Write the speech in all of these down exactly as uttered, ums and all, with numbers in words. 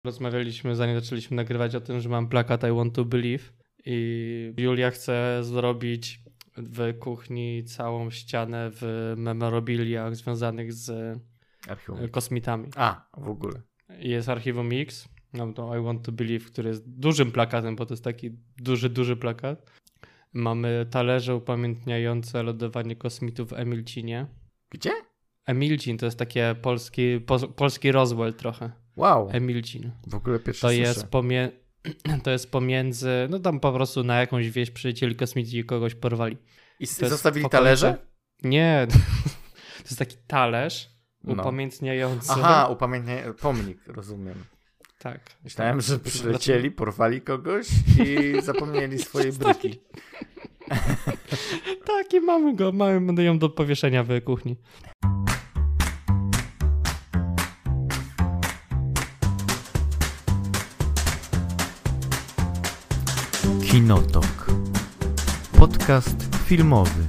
Rozmawialiśmy, zanim zaczęliśmy nagrywać o tym, że mam plakat I Want to Believe i Julia chce zrobić w kuchni całą ścianę w memorabiliach związanych z Archiwum. kosmitami. A, w ogóle. Jest Archiwum Mix, no to I Want to Believe, który jest dużym plakatem, bo to jest taki duży, duży plakat. Mamy talerze upamiętniające lodowanie kosmitów w Emilcinie. Gdzie? Emilcin to jest takie polski, po, polski Roswell trochę. Wow. Emilcin. W ogóle pierwszy To słyszę. jest, pomie- to jest pomiędzy, no tam po prostu na jakąś wieś przylecieli kosmici i kogoś porwali. I s- To jest zostawili w okolice- talerze? Nie, to jest taki talerz No. upamiętniający. Aha, upamiętnie... pomnik, rozumiem. Tak. Myślałem, że przylecieli, porwali kogoś i zapomnieli swojej bryki. Tak, i mamy go, mamy ją do powieszenia w kuchni. Kinotok. Podcast filmowy.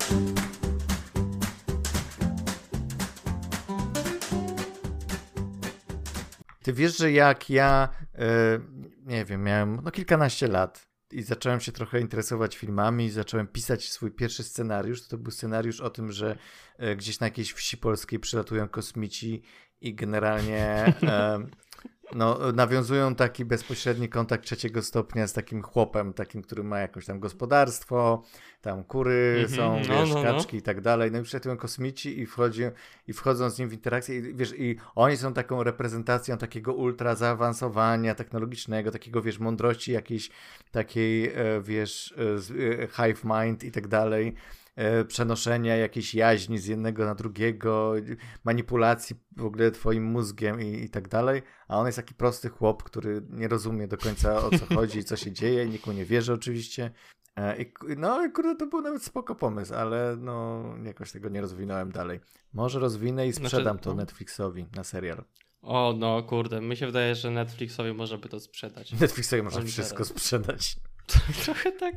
Ty wiesz, że jak ja, e, nie wiem, miałem no kilkanaście lat i zacząłem się trochę interesować filmami i zacząłem pisać swój pierwszy scenariusz, to, to był scenariusz o tym, że e, gdzieś na jakiejś wsi polskiej przylatują kosmici i generalnie e, no, nawiązują taki bezpośredni kontakt trzeciego stopnia z takim chłopem, takim, który ma jakieś tam gospodarstwo, tam kury Mhm, są, no, wiesz, no, no. kaczki i tak dalej. No i przylatują kosmici i, wchodzi, i wchodzą z nim w interakcję i wiesz, i oni są taką reprezentacją takiego ultra zaawansowania technologicznego, takiego, wiesz, mądrości jakiejś takiej, e, wiesz, e, z- e, hive mind i tak dalej. e, Przenoszenia jakiejś jaźni z jednego na drugiego, manipulacji w ogóle twoim mózgiem i, i tak dalej, a on jest taki prosty chłop, który nie rozumie do końca o co chodzi i co się dzieje, nikt mu nie wierzy oczywiście. E, I, no i kurde, to był nawet spoko pomysł, ale no jakoś tego nie rozwinąłem dalej. Może rozwinę i sprzedam Znaczy, to no. Netflixowi na serial. O, no kurde, mi się wydaje, że Netflixowi może by to sprzedać. Netflixowi można Oni wszystko teraz. sprzedać. Trochę tak.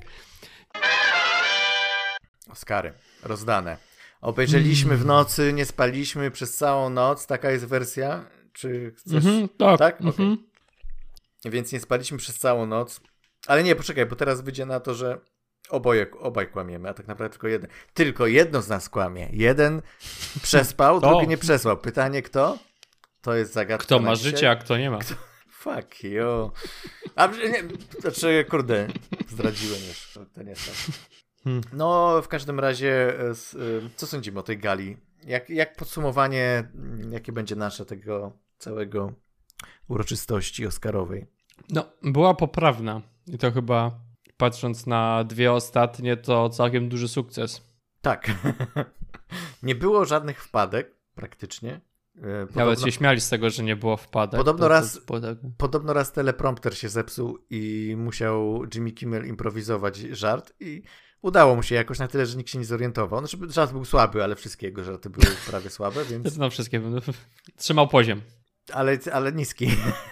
Oscary rozdane. Obejrzeliśmy w nocy, nie spaliśmy przez całą noc, taka jest wersja? Czy chcesz? Mhm, tak. Tak? Okej. Mhm. Więc nie spaliśmy przez całą noc. Ale nie, poczekaj, bo teraz wyjdzie na to, że oboje, obaj kłamiemy, a tak naprawdę tylko jeden. Tylko jedno z nas kłamie. Jeden przespał, Kto? drugi nie przespał. Pytanie kto? To jest zagadka. Kto na ma dzisiaj. życie, a kto nie ma. Fuck you. A nie, znaczy, kurde, zdradziłem już. To, to nie jest tak. Hmm. No, w każdym razie, e, s- e, co sądzimy o tej gali? Jak, jak podsumowanie, mm, jakie będzie nasze tego całego uroczystości oscarowej? No, była poprawna. I to chyba, patrząc na dwie ostatnie, to całkiem duży sukces. Tak. Nie było żadnych wpadek, praktycznie. E, Nawet Podobno, się śmiali z tego, że nie było wpadek. Podobno To- to raz- było tak- podobno raz teleprompter się zepsuł i musiał Jimmy Kimmel improwizować żart i udało mu się jakoś na tyle, że nikt się nie zorientował. Znaczy, żart był słaby, ale wszystkie jego żarty były prawie słabe, Ja więc... znam wszystkie. Trzymał poziom. Ale, ale niski.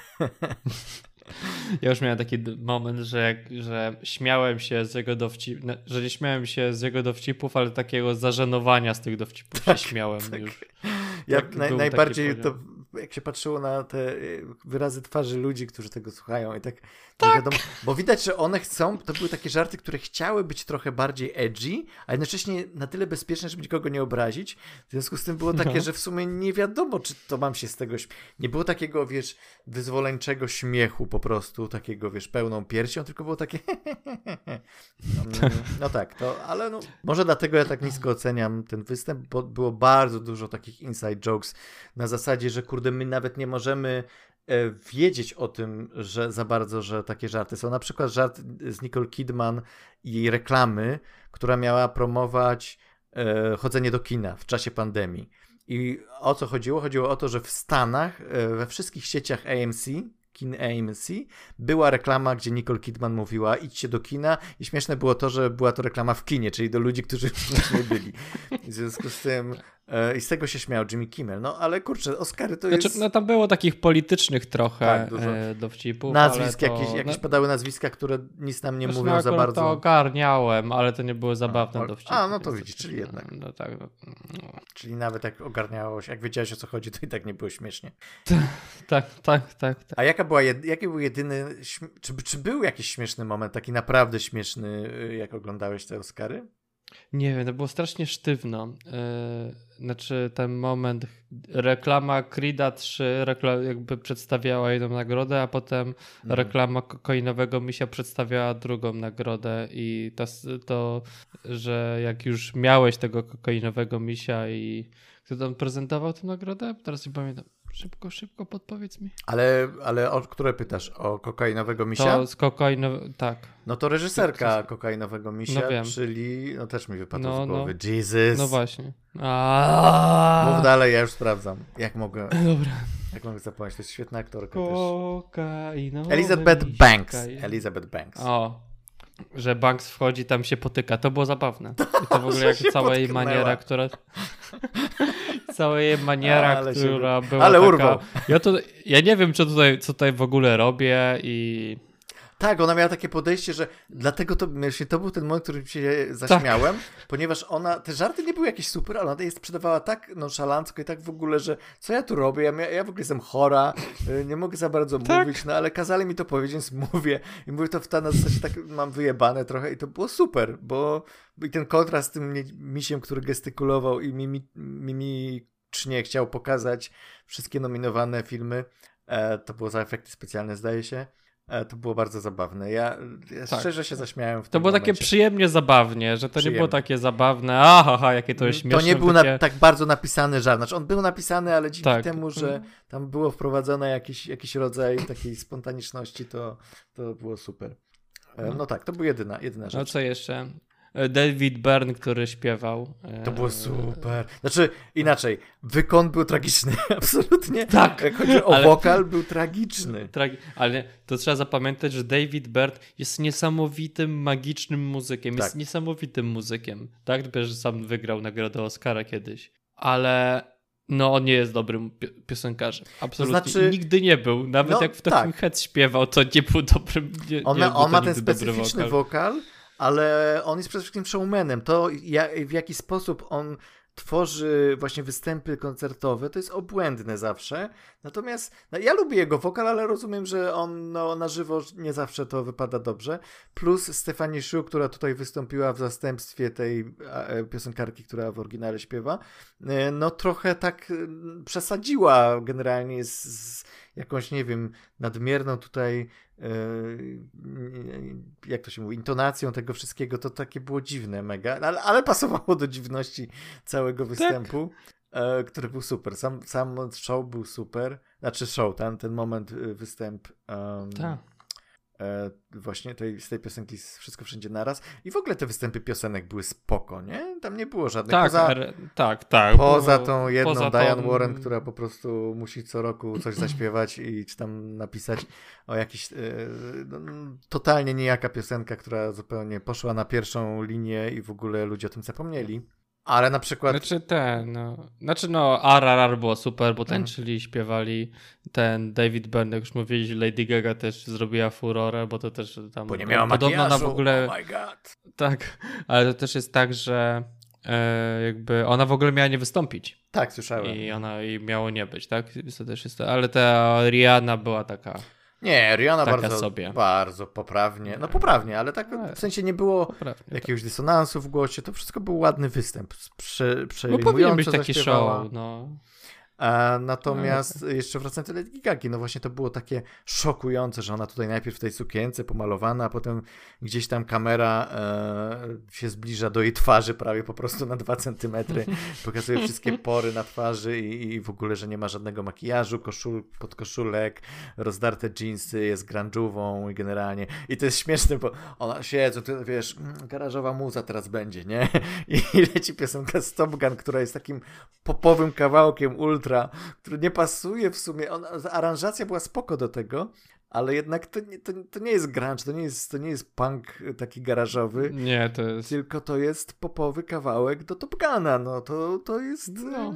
Ja już miałem taki d- moment, że, jak, że śmiałem się z jego dowcipów, że nie śmiałem się z jego dowcipów, ale takiego zażenowania z tych dowcipów się śmiałem tak. już. Ja Tak, naj, był najbardziej taki to, jak się patrzyło na te y, wyrazy twarzy ludzi, którzy tego słuchają i tak, nie wiadomo, bo widać, że one chcą, to były takie żarty, które chciały być trochę bardziej edgy, a jednocześnie na tyle bezpieczne, żeby nikogo nie obrazić. W związku z tym było takie, No. że w sumie nie wiadomo, czy to mam się z tego... śm- Nie było takiego, wiesz, wyzwoleńczego śmiechu po prostu, takiego, wiesz, pełną piersią, tylko było takie... no, no tak, to, ale no, może dlatego ja tak nisko oceniam ten występ, bo było bardzo dużo takich inside jokes na zasadzie, że kurde, my nawet nie możemy e, wiedzieć o tym, że za bardzo, że takie żarty są. Na przykład żart z Nicole Kidman i jej reklamy, która miała promować e, chodzenie do kina w czasie pandemii. I o co chodziło? Chodziło o to, że w Stanach, e, we wszystkich sieciach A M C, kin A M C, była reklama, gdzie Nicole Kidman mówiła idźcie do kina i śmieszne było to, że była to reklama w kinie, czyli do ludzi, którzy już nie byli. W związku z tym I z tego się śmiał Jimmy Kimmel. No ale kurczę, Oscary to znaczy, jest... No tam było takich politycznych trochę tak, dużo. e, dowcipów. Nazwisk, ale to... jakieś, jakieś no... padały nazwiska, które nic nam nie Znaczy, mówią no, za bardzo. To ogarniałem, ale to nie były zabawne a, dowcipy. A, no to więc widzisz, czyli jednak. No, no tak. No, no. Czyli nawet jak ogarniałoś, jak wiedziałeś o co chodzi, to i tak nie było śmiesznie. tak, tak, tak, tak. A jaka była, jed... jaki był jedyny, śm... czy, czy był jakiś śmieszny moment, taki naprawdę śmieszny, jak oglądałeś te Oscary? Nie wiem, to było strasznie sztywno. Yy, znaczy ten moment, reklama Creed'a trzy rekla- jakby przedstawiała jedną nagrodę, a potem mm. reklama kokainowego misia przedstawiała drugą nagrodę i to, to, że jak już miałeś tego kokainowego misia i kto tam prezentował tę nagrodę? Teraz nie pamiętam. Szybko, szybko podpowiedz mi. Ale, ale o które pytasz? O kokainowego misia? To z kokainowego, tak. No to reżyserka kokainowego misia, no wiem. czyli, no też mi wypadło no, z głowy, no. Jesus. No właśnie. Aaaa. Mów dalej, ja już sprawdzam. Jak mogę, Dobra. jak mogę zapomnieć, to jest świetna aktorka Kokainowe też. Elizabeth miśka. Banks. Elizabeth Banks. O, że Banks wchodzi, tam się potyka. To było zabawne. I to w ogóle jak cała jej maniera, która... cała jej maniera, ale która się... była ale taka... urwał. Ja, to, ja nie wiem, co tutaj, co tutaj w ogóle robię i... Tak, ona miała takie podejście, że dlatego to, myślę, to był ten moment, w którym się zaśmiałem, tak. Ponieważ ona, te żarty nie były jakieś super, ale ona je sprzedawała tak nonszalancko i tak w ogóle, że co ja tu robię, ja, ja w ogóle jestem chora, nie mogę za bardzo tak. mówić, no ale kazali mi to powiedzieć, więc mówię i mówię to w ta na zasadzie tak mam wyjebane trochę i to było super, bo i ten kontrast z tym misiem, który gestykulował i mimi, mimicznie chciał pokazać wszystkie nominowane filmy, e, to było za efekty specjalne, zdaje się. To było bardzo zabawne. Ja, ja tak. szczerze się zaśmiałem w To tym było momencie. takie przyjemnie zabawnie, że to przyjemnie. nie było takie zabawne, aha, jakie to jest śmieszne. To nie był takie... na, tak bardzo napisany żart. Znaczy on był napisany, ale dzięki tak. temu, że tam było wprowadzone jakiś, jakiś rodzaj takiej spontaniczności, to, to było super. No, no tak, to była jedyna, jedyna rzecz. No co jeszcze? David Byrne, który śpiewał. To było super. Znaczy, inaczej, wykon był tragiczny, absolutnie. Tak. Jak chodzi o ale... wokal, był tragiczny. Tragi... Ale to trzeba zapamiętać, że David Byrne jest niesamowitym, magicznym muzykiem. Tak. Jest niesamowitym muzykiem. Tak? Że sam wygrał nagrodę Oscara kiedyś. Ale no on nie jest dobrym pi- piosenkarzem. Absolutnie. To znaczy... Nigdy nie był. Nawet no, jak w takim tak. Head śpiewał, to nie był dobrym. Nie, on nie ma, był on ma ten specyficzny wokal. wokal. Ale on jest przede wszystkim showmanem. To w jaki sposób on tworzy właśnie występy koncertowe, to jest obłędne zawsze. Natomiast no, ja lubię jego wokal, ale rozumiem, że on no, na żywo nie zawsze to wypada dobrze. Plus Stephanie Shu, która tutaj wystąpiła w zastępstwie tej piosenkarki, która w oryginale śpiewa, no trochę tak przesadziła generalnie z, z jakąś, nie wiem, nadmierną tutaj jak to się mówi, intonacją tego wszystkiego, to takie było dziwne mega, ale, ale pasowało do dziwności całego występu, tak. który był super. Sam, sam show był super, znaczy show, ten, ten moment występ um, tak. właśnie tej, z tej piosenki Wszystko Wszędzie Naraz i w ogóle te występy piosenek były spoko, nie? Tam nie było żadnych. Tak, poza, er, tak, tak. Poza tą jedną poza Diane tą... Warren, która po prostu musi co roku coś zaśpiewać i czy tam napisać o jakiś yy, no, totalnie nijaka piosenka, która zupełnie poszła na pierwszą linię i w ogóle ludzie o tym zapomnieli. Ale na przykład... Znaczy ten, no... Znaczy no, R R R było super, bo tańczyli, mm. śpiewali. Ten David Byrne, jak już mówili, Lady Gaga też zrobiła furorę, bo to też tam... Bo nie miała podobno makijażu, na w ogóle... oh my god. Tak, ale to też jest tak, że e, jakby ona w ogóle miała nie wystąpić. Tak, słyszałem. I ona i miało nie być, tak? To też jest to, ale ta Rihanna była taka... Nie, Rihanna bardzo, sobie. bardzo poprawnie. No poprawnie, ale tak w sensie nie było poprawnie, jakiegoś tak. dysonansu w głosie. To wszystko był ładny występ. Prze, no powinien być taki show, no. A natomiast no, jeszcze wracając do Lady Gagi, no właśnie to było takie szokujące, że ona tutaj najpierw w tej sukience pomalowana, a potem gdzieś tam kamera e, się zbliża do jej twarzy prawie po prostu na dwa centymetry, pokazuje wszystkie pory na twarzy i, i w ogóle, że nie ma żadnego makijażu, koszul, podkoszulek, rozdarte dżinsy, jest grunge'ową i generalnie. I to jest śmieszne, bo ona siedzi, to wiesz, garażowa muza teraz będzie, nie? I leci piosenka Stop Gun, która jest takim popowym kawałkiem ultra Ultra, który nie pasuje w sumie. On, aranżacja była spoko do tego, ale jednak to nie, to, to nie jest grunge, to nie jest, to nie jest punk taki garażowy. Nie, to jest... Tylko to jest popowy kawałek do Top Guna, no to, to jest... No.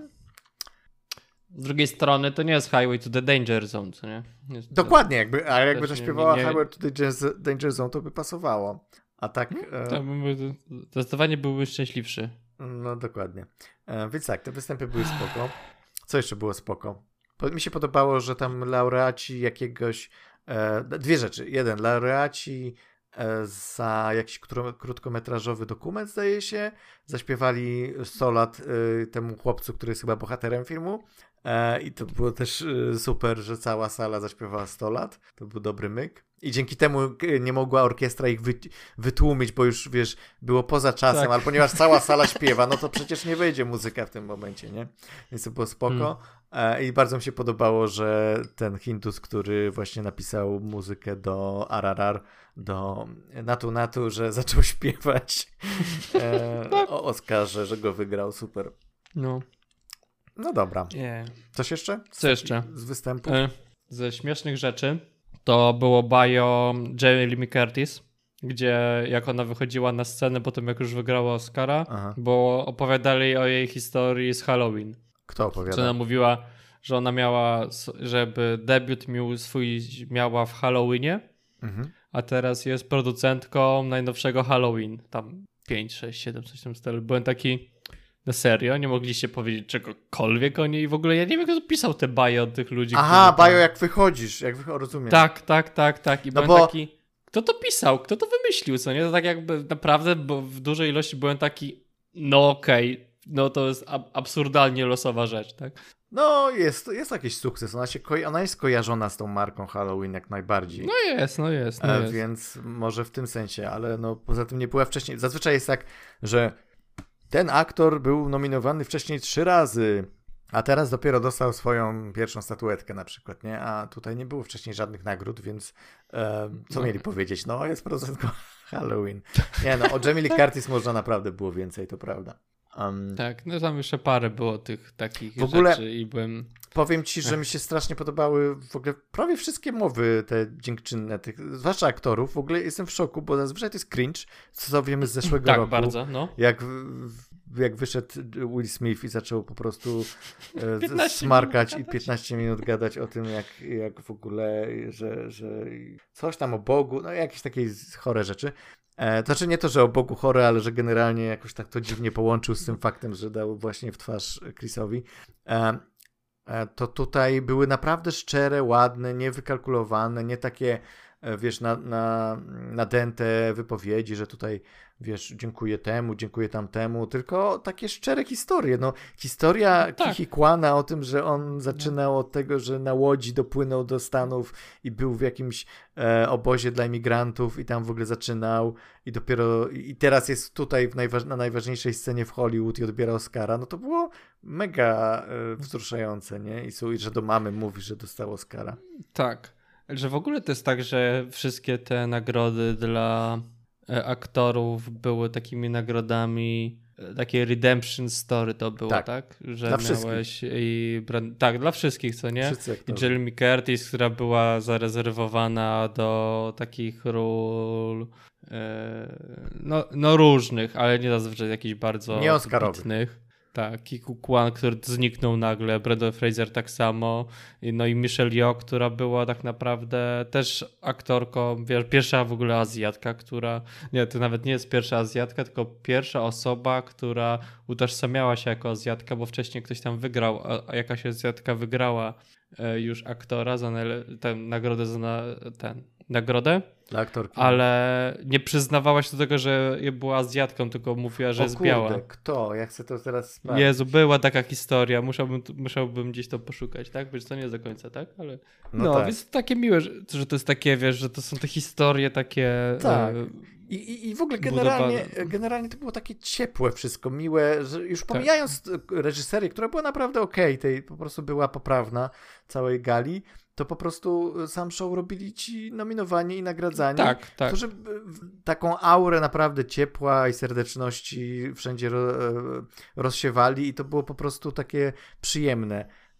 Z drugiej strony to nie jest Highway to the Danger Zone, co nie? Jest Dokładnie, jakby, a jakby Też zaśpiewała nie- nie- Highway to Danger, Danger Zone, to by pasowało. A tak... e, To byłby, zdecydowanie byłby szczęśliwszy. No dokładnie. E, więc tak, te występy były spoko. Co jeszcze było spoko? Po, mi się podobało, że tam laureaci jakiegoś... E, dwie rzeczy. Jeden, laureaci e, za jakiś kró- krótkometrażowy dokument, zdaje się, zaśpiewali sto lat e, temu chłopcu, który jest chyba bohaterem filmu. E, I to było też e, super, że cała sala zaśpiewała sto lat. To był dobry myk. I dzięki temu e, nie mogła orkiestra ich wy, wytłumić, bo już, wiesz, było poza czasem, Tak. ale ponieważ cała sala śpiewa, no to przecież nie wyjdzie muzyka w tym momencie, nie? Więc to było spoko. Hmm. E, I bardzo mi się podobało, że ten Hindus, który właśnie napisał muzykę do R R R, do Natu Natu, że zaczął śpiewać e, o Oscarze, że go wygrał. Super. No. No dobra. Nie. Coś jeszcze? Co jeszcze? Z występu? E, Ze śmiesznych rzeczy to było bio Jamie Lee Curtis, gdzie jak ona wychodziła na scenę po tym, jak już wygrała Oscara, Aha. bo opowiadali o jej historii z Halloween. Kto opowiada? Co ona mówiła, że ona miała, żeby debiut miał swój miała w Halloweenie, Mhm. a teraz jest producentką najnowszego Halloween. Tam pięć, sześć, siedem, coś w tym stylu. Byłem taki, na serio, nie mogliście powiedzieć czegokolwiek o niej. W ogóle ja nie wiem, kto pisał te baje od tych ludzi. Aha, którzy tam- bio jak wychodzisz, jak wy... rozumiem. Tak, tak, tak, tak. I No byłem bo- taki, kto to pisał? Kto to wymyślił, co nie? To tak jakby naprawdę, bo w dużej ilości byłem taki, no okej, okay, no to jest ab- absurdalnie losowa rzecz, tak? No jest, jest jakiś sukces. Ona, się ko- ona jest kojarzona z tą marką Halloween jak najbardziej. No jest, no jest, no E, jest. Więc może w tym sensie, ale no poza tym nie była wcześniej. Zazwyczaj jest tak, że ten aktor był nominowany wcześniej trzy razy, a teraz dopiero dostał swoją pierwszą statuetkę na przykład, nie? A tutaj nie było wcześniej żadnych nagród, więc e, co No. mieli powiedzieć? No jest producentką Halloween. Nie no, o Jamie Lee Curtis można naprawdę było więcej, to prawda. Um, Tak, no tam jeszcze parę było tych takich W ogóle- rzeczy i byłem... Powiem ci, że mi się strasznie podobały w ogóle prawie wszystkie mowy te dziękczynne, tych, zwłaszcza aktorów. W ogóle jestem w szoku, bo zazwyczaj to jest cringe, co wiemy z zeszłego Tak, roku. bardzo, no. Jak, jak wyszedł Will Smith i zaczął po prostu e, piętnaście smarkać minut i gadać. piętnaście minut gadać o tym, jak, jak w ogóle, że, że coś tam o Bogu, no jakieś takie chore rzeczy. E, to znaczy nie to, że o Bogu chore, ale że generalnie jakoś tak to dziwnie połączył z tym faktem, że dał właśnie w twarz Chrisowi. E, e, to tutaj były naprawdę szczere, ładne, niewykalkulowane, nie takie, e, wiesz, na, na, nadęte wypowiedzi, że tutaj, wiesz, dziękuję temu, dziękuję tamtemu, tylko takie szczere historie. No, historia Tak. Kichi Kwana o tym, że on zaczynał od tego, że na łodzi dopłynął do Stanów i był w jakimś e, obozie dla imigrantów i tam w ogóle zaczynał i dopiero, i teraz jest tutaj w najważ- na najważniejszej scenie w Hollywood i odbiera Oscara, no to było mega e, wzruszające, nie? I, su- i że do mamy mówi, że dostał Oscara. Tak, że w ogóle to jest tak, że wszystkie te nagrody dla e, aktorów były takimi nagrodami, e, takie redemption story to było, Tak. tak? Że Dla wszystkich. miałeś i Brand- tak, dla wszystkich, co nie? Wszyscy I aktorzy. Jamie Curtis, która była zarezerwowana do takich ról e, no, no różnych, ale nie zazwyczaj jakichś bardzo Nie oscarowych. wybitnych. Tak, Kiku Kwan, który zniknął nagle, Brendan Fraser tak samo, i- no i Michelle Yeoh, która była tak naprawdę też aktorką, wiesz, pierwsza w ogóle Azjatka, która, nie, to nawet nie jest pierwsza Azjatka, tylko pierwsza osoba, która utożsamiała się jako Azjatka, bo wcześniej ktoś tam wygrał, a, a jakaś Azjatka wygrała e, już aktora za najle- tę nagrodę za na, ten, nagrodę, Dla aktorki. ale nie przyznawała się do tego, że była Azjatką, tylko mówiła, że o jest kurde, biała. kto? Ja chcę to teraz sprawdzić. Jezu, była taka historia, musiałbym, musiałbym gdzieś to poszukać, tak? Wiesz, to nie do końca, tak? Ale No no, tak. więc takie miłe, że, że to jest takie, wiesz, że to są te historie takie... Tak. e, I, i, I w ogóle generalnie, budowane. generalnie to było takie ciepłe wszystko, miłe, że już pomijając reżyserię, która była naprawdę okej, tej po prostu była poprawna całej gali, to po prostu sam show robili ci nominowani i nagradzani, tak, tak. którzy w- taką aurę naprawdę ciepła i serdeczności wszędzie ro, e, rozsiewali i to było po prostu takie przyjemne.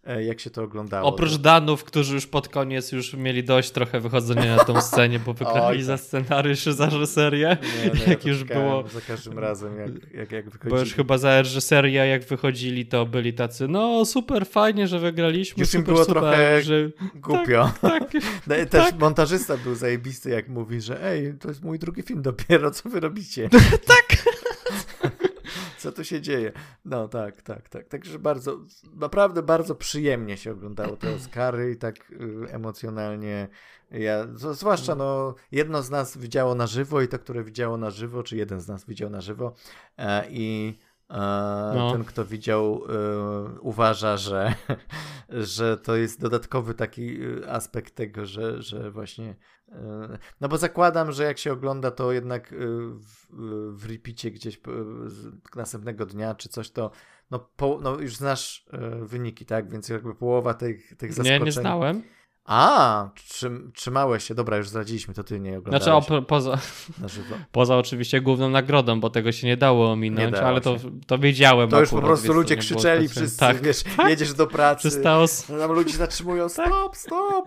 jak się to oglądało. Oprócz to... Danów, którzy już pod koniec już mieli dość trochę wychodzenia na tą scenę, bo wygrali Oj, za tak. scenariusz i za reżyserię. Nie, no, jak ja już było. Za każdym razem, jak, jak, jak wychodzili. Bo już chyba za reżyserię, jak wychodzili, to byli tacy, no super, fajnie, że wygraliśmy. Już super, im było super, trochę że... głupio. Tak, tak. No, też tak. Montażysta był zajebisty, jak mówi, że ej, to jest mój drugi film dopiero, co wy robicie? Tak. Co tu się dzieje? No tak, tak, tak. Także bardzo, naprawdę bardzo przyjemnie się oglądało te Oscary i tak y, emocjonalnie. Ja, z, zwłaszcza no, jedno z nas widziało na żywo i to, które widziało na żywo, czy jeden z nas widział na żywo e, i e, no. ten, kto widział, e, uważa, że, że to jest dodatkowy taki aspekt tego, że, że właśnie no bo zakładam, że jak się ogląda to jednak w, w repeacie gdzieś następnego dnia czy coś, to no, po, no już znasz wyniki, tak? Więc jakby połowa tych, tych zaskoczeń... Nie, nie znałem. A, trzym, trzymałeś się. Dobra, już zdradziliśmy, to ty nie oglądałeś. Znaczy o, poza, na żywo. poza oczywiście główną nagrodą, bo tego się nie dało ominąć, nie dało ale to, się. to wiedziałem. To już akurat, po prostu ludzie krzyczeli specjalnie. wszyscy, tak, wiesz, tak. jedziesz do pracy, Przystało... tam ludzie zatrzymują, stop, stop.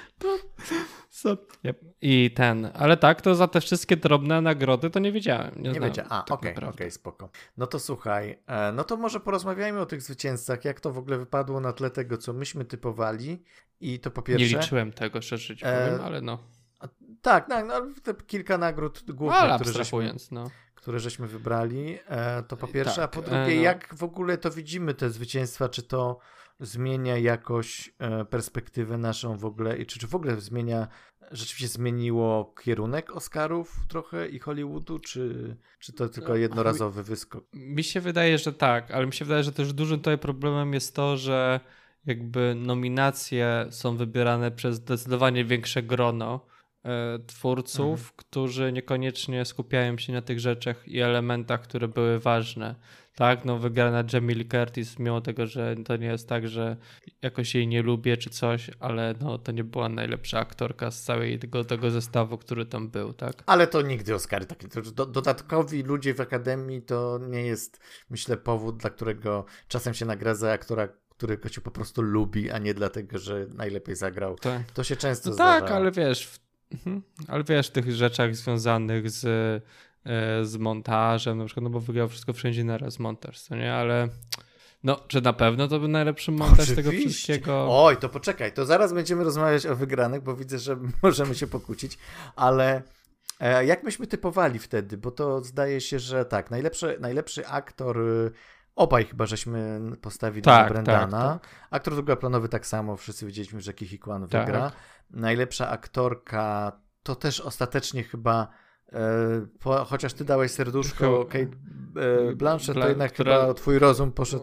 I ten, ale tak, to za te wszystkie drobne nagrody to nie wiedziałem. Nie, nie wiedziałem. A, tak okej, okay, okej, okay, spoko. No to słuchaj, e, no to może porozmawiajmy o tych zwycięzcach, jak to w ogóle wypadło na tle tego, co myśmy typowali i to po pierwsze... Nie liczyłem tego, szczerze ci powiem, e, ale no. A, tak, no, no te kilka nagród głównych, ale które żeśmy, no. które żeśmy wybrali, e, to po pierwsze, tak, a po drugie, e, no. jak w ogóle to widzimy, te zwycięstwa, czy to zmienia jakoś e, perspektywę naszą w ogóle, i czy, czy w ogóle zmienia, rzeczywiście zmieniło kierunek Oscarów trochę i Hollywoodu, czy, czy to tylko jednorazowy wyskok? Mi się wydaje, że tak, ale mi się wydaje, że też dużym tutaj problemem jest to, że jakby nominacje są wybierane przez zdecydowanie większe grono e, twórców, mhm. którzy niekoniecznie skupiają się na tych rzeczach i elementach, które były ważne. Tak, no wygrana Jamie Lee Curtis, mimo tego, że to nie jest tak, że jakoś jej nie lubię czy coś, ale no to nie była najlepsza aktorka z całej tego, tego zestawu, który tam był, tak? Ale to nigdy Oscary takie. Do, dodatkowi ludzie w Akademii to nie jest, myślę, powód, dla którego czasem się nagradza aktora, którego się po prostu lubi, a nie dlatego, że najlepiej zagrał. Tak. To się często no zdarza. Tak, ale wiesz, w, ale wiesz, w tych rzeczach związanych z z montażem, na przykład, no bo wygrał Wszystko Wszędzie Naraz montaż, co nie, ale no, czy na pewno to był najlepszy montaż Oczywiście. tego wszystkiego? Oj, to poczekaj, to zaraz będziemy rozmawiać o wygranych, bo widzę, że możemy się pokłócić, ale e, jak myśmy typowali wtedy, bo to zdaje się, że tak, najlepszy, najlepszy aktor, obaj chyba żeśmy postawili tak, na Brendana, tak, tak. Aktor drugoplanowy tak samo, wszyscy wiedzieliśmy, że Ke Huy Quan wygra. Tak. Najlepsza aktorka to też ostatecznie chyba E, po, chociaż ty dałeś serduszko Kate e, Blanchett, Bla, to jednak która... chyba twój rozum poszedł.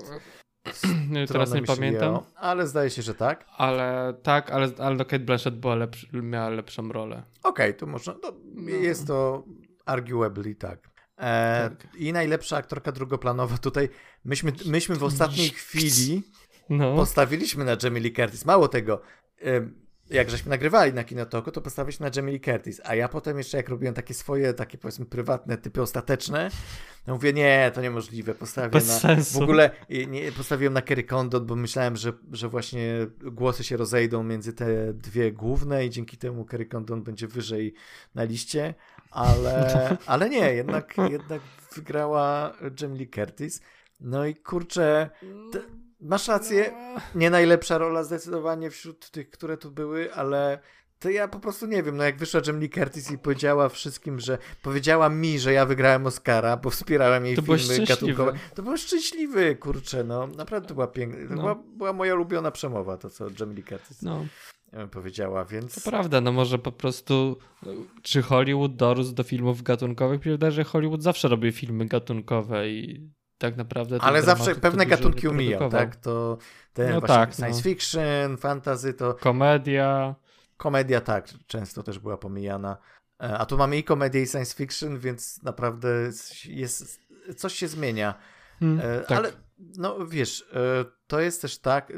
Teraz nie pamiętam. Ją, ale zdaje się, że tak. Ale tak, ale, ale Kate Blanchett była lepszy, miała lepszą rolę. Okej, okay, tu można. No, no. Jest to arguably tak. E, tak. I najlepsza aktorka drugoplanowa tutaj. Myśmy, myśmy w ostatniej chwili no. postawiliśmy na Jamie Lee Curtis. Mało tego. E, jak żeśmy nagrywali na Kinotoku, to postawiliśmy na Jamie Lee Curtis, a ja potem jeszcze jak robiłem takie swoje, takie powiedzmy prywatne typy ostateczne, to mówię, nie, to niemożliwe, postawię Bez na... sensu. W ogóle nie, postawiłem na Kerry Condon, bo myślałem, że, że właśnie głosy się rozejdą między te dwie główne i dzięki temu Kerry Condon będzie wyżej na liście, ale, ale nie, jednak, jednak wygrała Jamie Lee Curtis. No i kurczę... Te... Masz rację, nie najlepsza rola zdecydowanie wśród tych, które tu były, ale to ja po prostu nie wiem, no jak wyszła Jamie Lee Curtis i powiedziała wszystkim, że powiedziała mi, że ja wygrałem Oscara, bo wspierałem jej to filmy gatunkowe. To było szczęśliwy, kurczę, no naprawdę to była piękna, to no. była, była moja ulubiona przemowa, to co Jamie Lee Curtis no. powiedziała, więc... To prawda, no może po prostu czy Hollywood dorósł do filmów gatunkowych? Prawda, że Hollywood zawsze robi filmy gatunkowe i tak naprawdę... Ale zawsze pewne gatunki umiją, tak? To ten no właśnie tak, science no. fiction, fantasy to... Komedia. Komedia tak, często też była pomijana. A tu mamy i komedię i science fiction, więc naprawdę jest, coś się zmienia. Hmm, e, tak. Ale no wiesz, e, to jest też tak,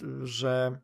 że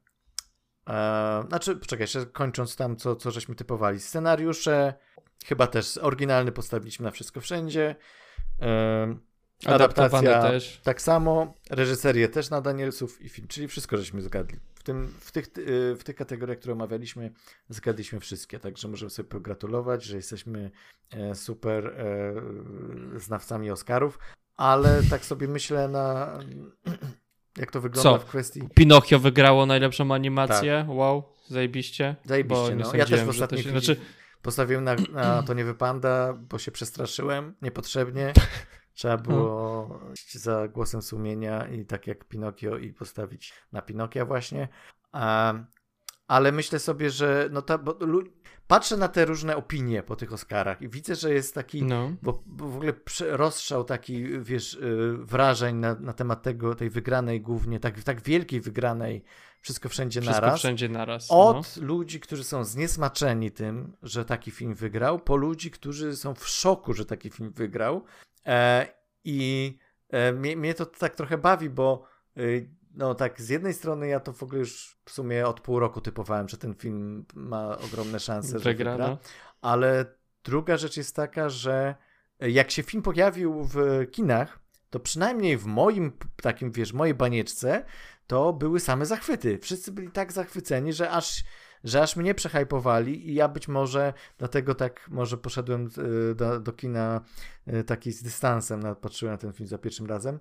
e, znaczy, poczekaj, jeszcze kończąc tam, co, co żeśmy typowali. Scenariusze, chyba też oryginalny postawiliśmy na Wszystko Wszędzie. E, Adaptowane też. Tak samo, reżyserię też na Danielsów i film, czyli wszystko żeśmy zgadli. W, tym, w, tych, w tych kategoriach, które omawialiśmy, zgadliśmy wszystkie, także możemy sobie pogratulować, że jesteśmy super e, znawcami Oscarów, ale tak sobie myślę na jak to wygląda Co? w kwestii... Pinokio wygrało najlepszą animację, tak. Wow, zajebiście. Zajebiście, no. Ja też w ostatniej chwili znaczy... postawiłem na, na To nie wypanda, bo się przestraszyłem niepotrzebnie. Trzeba było iść za głosem sumienia i tak jak Pinokio i postawić na Pinokia właśnie. Um, ale myślę sobie, że no ta, bo, lu, patrzę na te różne opinie po tych Oscarach i widzę, że jest taki, no. bo, bo w ogóle rozstrzał taki, wiesz, yy, wrażeń na, na temat tego, tej wygranej głównie, tak, tak wielkiej wygranej, wszystko wszędzie wszystko naraz. wszędzie naraz. Od no. ludzi, którzy są zniesmaczeni tym, że taki film wygrał, po ludzi, którzy są w szoku, że taki film wygrał. E, I e, mnie, mnie to tak trochę bawi, bo e, no tak, z jednej strony ja to w ogóle już w sumie od pół roku typowałem, że ten film ma ogromne szanse, że wygra, no. Ale druga rzecz jest taka, że jak się film pojawił w kinach, to przynajmniej w moim takim, wiesz, mojej banieczce, to były same zachwyty. Wszyscy byli tak zachwyceni, że aż że aż mnie przehajpowali i ja być może dlatego tak może poszedłem do, do kina taki z dystansem, patrzyłem na ten film za pierwszym razem,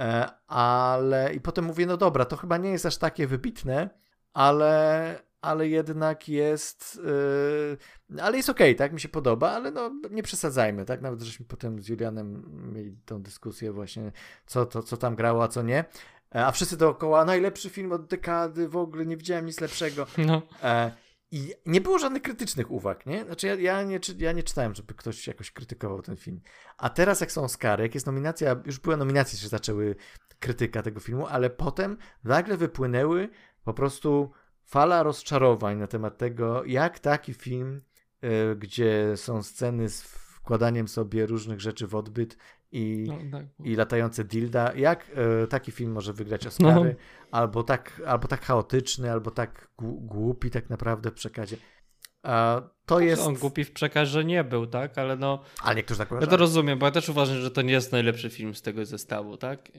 ale i potem mówię, no dobra, to chyba nie jest aż takie wybitne, ale, ale jednak jest yy, ale jest okej, okay, tak, mi się podoba, ale no nie przesadzajmy, tak, nawet żeśmy potem z Julianem mieli tą dyskusję właśnie, co, to, co tam grało, a co nie. A wszyscy dookoła, najlepszy film od dekady, w ogóle nie widziałem nic lepszego. No. E, I nie było żadnych krytycznych uwag, nie? Znaczy ja, ja, nie, ja nie czytałem, żeby ktoś jakoś krytykował ten film. A teraz jak są Oscary, jak jest nominacja, już były nominacje, się zaczęły krytyka tego filmu, ale potem nagle wypłynęły po prostu fala rozczarowań na temat tego, jak taki film, y, gdzie są sceny z wkładaniem sobie różnych rzeczy w odbyt i, no, tak. i latające dilda, jak y, taki film może wygrać Oscary, no. albo, tak, albo tak chaotyczny, albo tak głupi tak naprawdę w przekazie. A to jest... On głupi w przekazie nie był, tak? Ale no... Ale niektórzy tak uważają. Ja to rozumiem, bo ja też uważam, że to nie jest najlepszy film z tego zestawu, tak?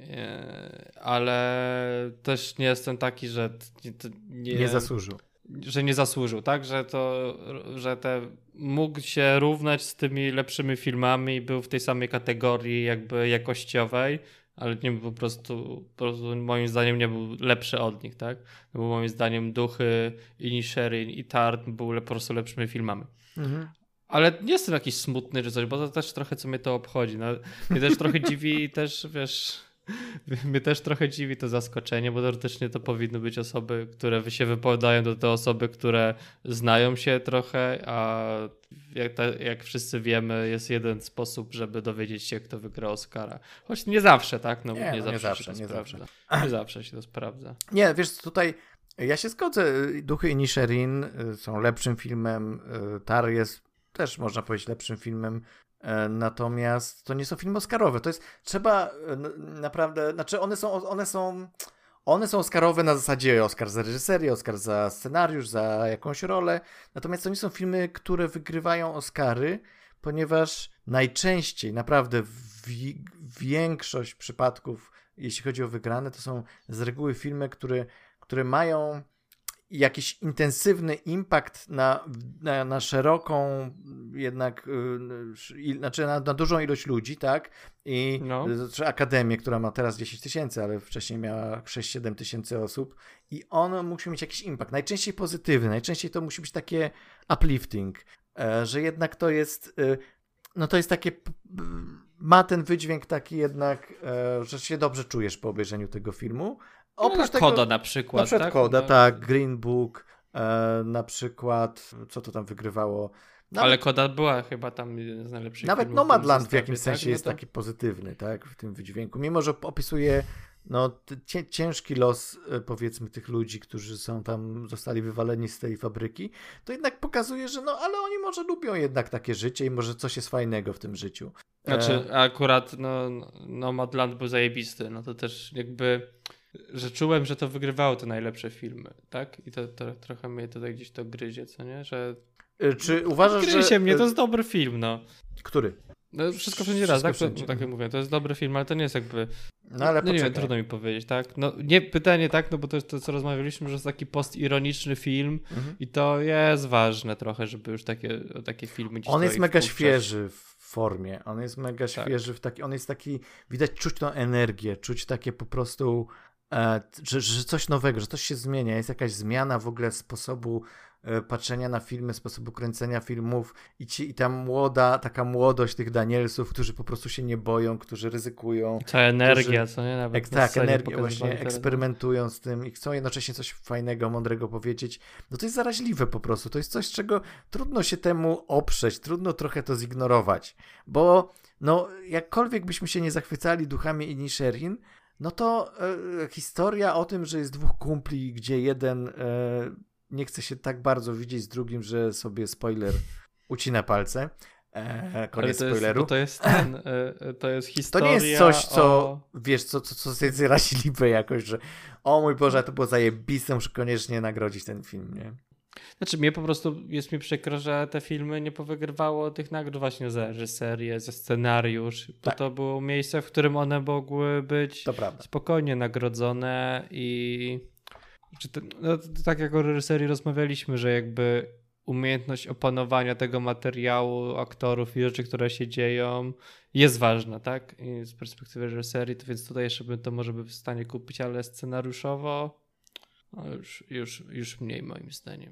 Ale też nie jestem taki, że... Nie, nie zasłużył. Że nie zasłużył, tak? Że to, że te mógł się równać z tymi lepszymi filmami i był w tej samej kategorii jakby jakościowej, ale nie był po prostu, po prostu moim zdaniem nie był lepszy od nich, tak? No bo moim zdaniem Duchy, Inisherin i Tarn były po prostu lepszymi filmami. Mhm. Ale nie jestem jakiś smutny czy coś, bo to też trochę co mnie to obchodzi. No, mnie też trochę dziwi też, wiesz... Mnie też trochę dziwi to zaskoczenie, bo teoretycznie to powinny być osoby, które się wypowiadają do te osoby, które znają się trochę, a jak, ta, jak wszyscy wiemy, jest jeden sposób, żeby dowiedzieć się, kto wygra Oscara. Choć nie zawsze, tak? No, nie, nie, no, zawsze nie zawsze, się to nie sprawdza. zawsze. Nie zawsze się to sprawdza. Nie, wiesz, tutaj ja się zgodzę. Duchy Inisherin są lepszym filmem. Tar jest też, można powiedzieć, lepszym filmem. Natomiast to nie są filmy oscarowe. To jest, trzeba naprawdę, znaczy one są, one są, one są oscarowe na zasadzie Oscar za reżyserię, Oscar za scenariusz, za jakąś rolę. Natomiast to nie są filmy, które wygrywają Oscary, ponieważ najczęściej, naprawdę w, większość przypadków, jeśli chodzi o wygrane, to są z reguły filmy, które, które mają jakiś intensywny impact na, na, na szeroką jednak, yy, znaczy na, na dużą ilość ludzi, tak? I no. Czy Akademię, która ma teraz dziesięć tysięcy, ale wcześniej miała sześć siedem tysięcy osób i on musi mieć jakiś impact, najczęściej pozytywny, najczęściej to musi być takie uplifting, e, że jednak to jest, e, no to jest takie, ma ten wydźwięk taki jednak, e, że się dobrze czujesz po obejrzeniu tego filmu. Oprócz no, tego, Koda na przykład. Na przykład tak? Koda, no. tak, Green Book, e, na przykład, co to tam wygrywało? Nawet, ale Koda była chyba tam jeden z najlepszych nawet filmów. Nawet Nomadland w jakimś sensie tak? jest no to... taki pozytywny, tak, w tym wydźwięku. Mimo, że opisuje no, ciężki los, powiedzmy, tych ludzi, którzy są tam, zostali wywaleni z tej fabryki, to jednak pokazuje, że no, ale oni może lubią jednak takie życie i może coś jest fajnego w tym życiu. Znaczy, e... akurat no, Nomadland był zajebisty, no to też jakby... że czułem, że to wygrywało te najlepsze filmy, tak? I to, to trochę mnie tutaj gdzieś to gryzie, co nie? Że... Czy uważasz, gryzie że... mnie, to jest dobry film, no. Który? No, wszystko wszędzie raz, tak? To, tak jak mówię, to jest dobry film, ale to nie jest jakby... No ale no, nie wiem, trudno mi powiedzieć, tak? No nie, pytanie tak, no bo to jest to, co rozmawialiśmy, że jest taki postironiczny film mhm. i to jest ważne trochę, żeby już takie, takie filmy On jest mega wpuszczać. Świeży w formie, on jest mega tak. świeży w taki, on jest taki, widać, czuć tą energię, czuć takie po prostu, e, że, że coś nowego, że coś się zmienia, jest jakaś zmiana w ogóle sposobu patrzenia na filmy, sposobu kręcenia filmów i, ci, i ta młoda, taka młodość tych Danielsów, którzy po prostu się nie boją, którzy ryzykują. Ta energia, którzy, co nie? Nawet ek, tak, energia, właśnie eksperymentują z tym i chcą jednocześnie coś fajnego, mądrego powiedzieć. No to jest zaraźliwe po prostu. To jest coś, czego trudno się temu oprzeć, trudno trochę to zignorować, bo no jakkolwiek byśmy się nie zachwycali duchami Inisherin, no to e, historia o tym, że jest dwóch kumpli, gdzie jeden e, nie chce się tak bardzo widzieć z drugim, że sobie spoiler ucina palce. Eee, koniec to spoileru. Jest, to jest ten, e, to jest historia. To nie jest coś, co o... wiesz, co, co, co jest raźliwe jakoś, że o mój Boże, to było zajebiste, muszę koniecznie nagrodzić ten film, nie? Znaczy mnie po prostu jest mi przykro, że te filmy nie powygrywało tych nagród właśnie za reżyserię, za scenariusz, bo tak. to było miejsce, w którym one mogły być spokojnie nagrodzone i Czy to, no, to tak jak o reżyserii rozmawialiśmy, że jakby umiejętność opanowania tego materiału, aktorów i rzeczy, które się dzieją jest ważna, tak? I z perspektywy reżyserii, to więc tutaj jeszcze bym to może by w stanie kupić, ale scenariuszowo no już, już, już mniej moim zdaniem.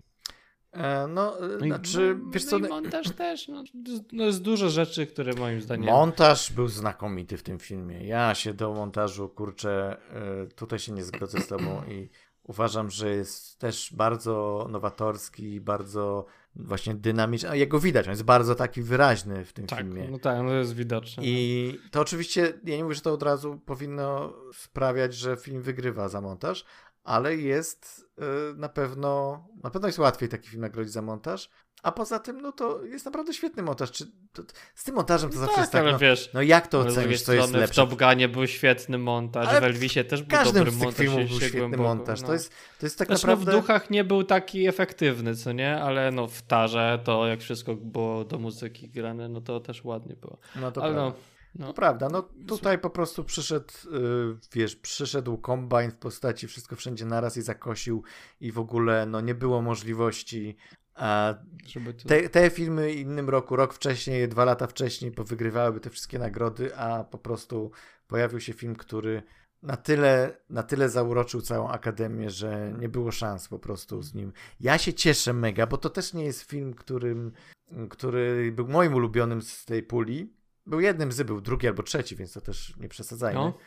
E, no, no, znaczy, no, wiesz no co... i montaż też, no, no jest dużo rzeczy, które moim zdaniem... Montaż był znakomity w tym filmie. Ja się do montażu, kurczę, tutaj się nie zgodzę z tobą i uważam, że jest też bardzo nowatorski, bardzo właśnie dynamiczny. A jego widać, on jest bardzo taki wyraźny w tym tak, filmie. No tak, no to jest widoczne. I no. to oczywiście, ja nie mówię, że to od razu powinno sprawiać, że film wygrywa za montaż, ale jest yy, na pewno, na pewno jest łatwiej taki film nagrodzić za montaż. A poza tym, no to jest naprawdę świetny montaż. Czy, to, z tym montażem to no zawsze tak, jest tak, ale no, wiesz, no jak to ocenisz, co jest lepsze? W Top Gunie był świetny montaż, ale w Elvisie też był dobry montaż. W każdym z tych filmów był świetny głęboko, montaż. No. To, jest, to jest tak znaczy, naprawdę... no w Duchach nie był taki efektywny, co nie? Ale no w Tarze to jak wszystko było do muzyki grane, no to też ładnie było. No to ale prawda. No, no. To prawda, no tutaj po prostu przyszedł, yy, wiesz, przyszedł Combine w postaci Wszystko Wszędzie Naraz i zakosił i w ogóle no nie było możliwości. A te, te filmy innym roku, rok wcześniej, dwa lata wcześniej powygrywałyby te wszystkie nagrody, a po prostu pojawił się film, który na tyle, na tyle zauroczył całą Akademię, że nie było szans po prostu z nim. Ja się cieszę mega, bo to też nie jest film, którym, który był moim ulubionym z tej puli. Był jednym z, był drugi albo trzeci, więc to też nie przesadzajmy. No.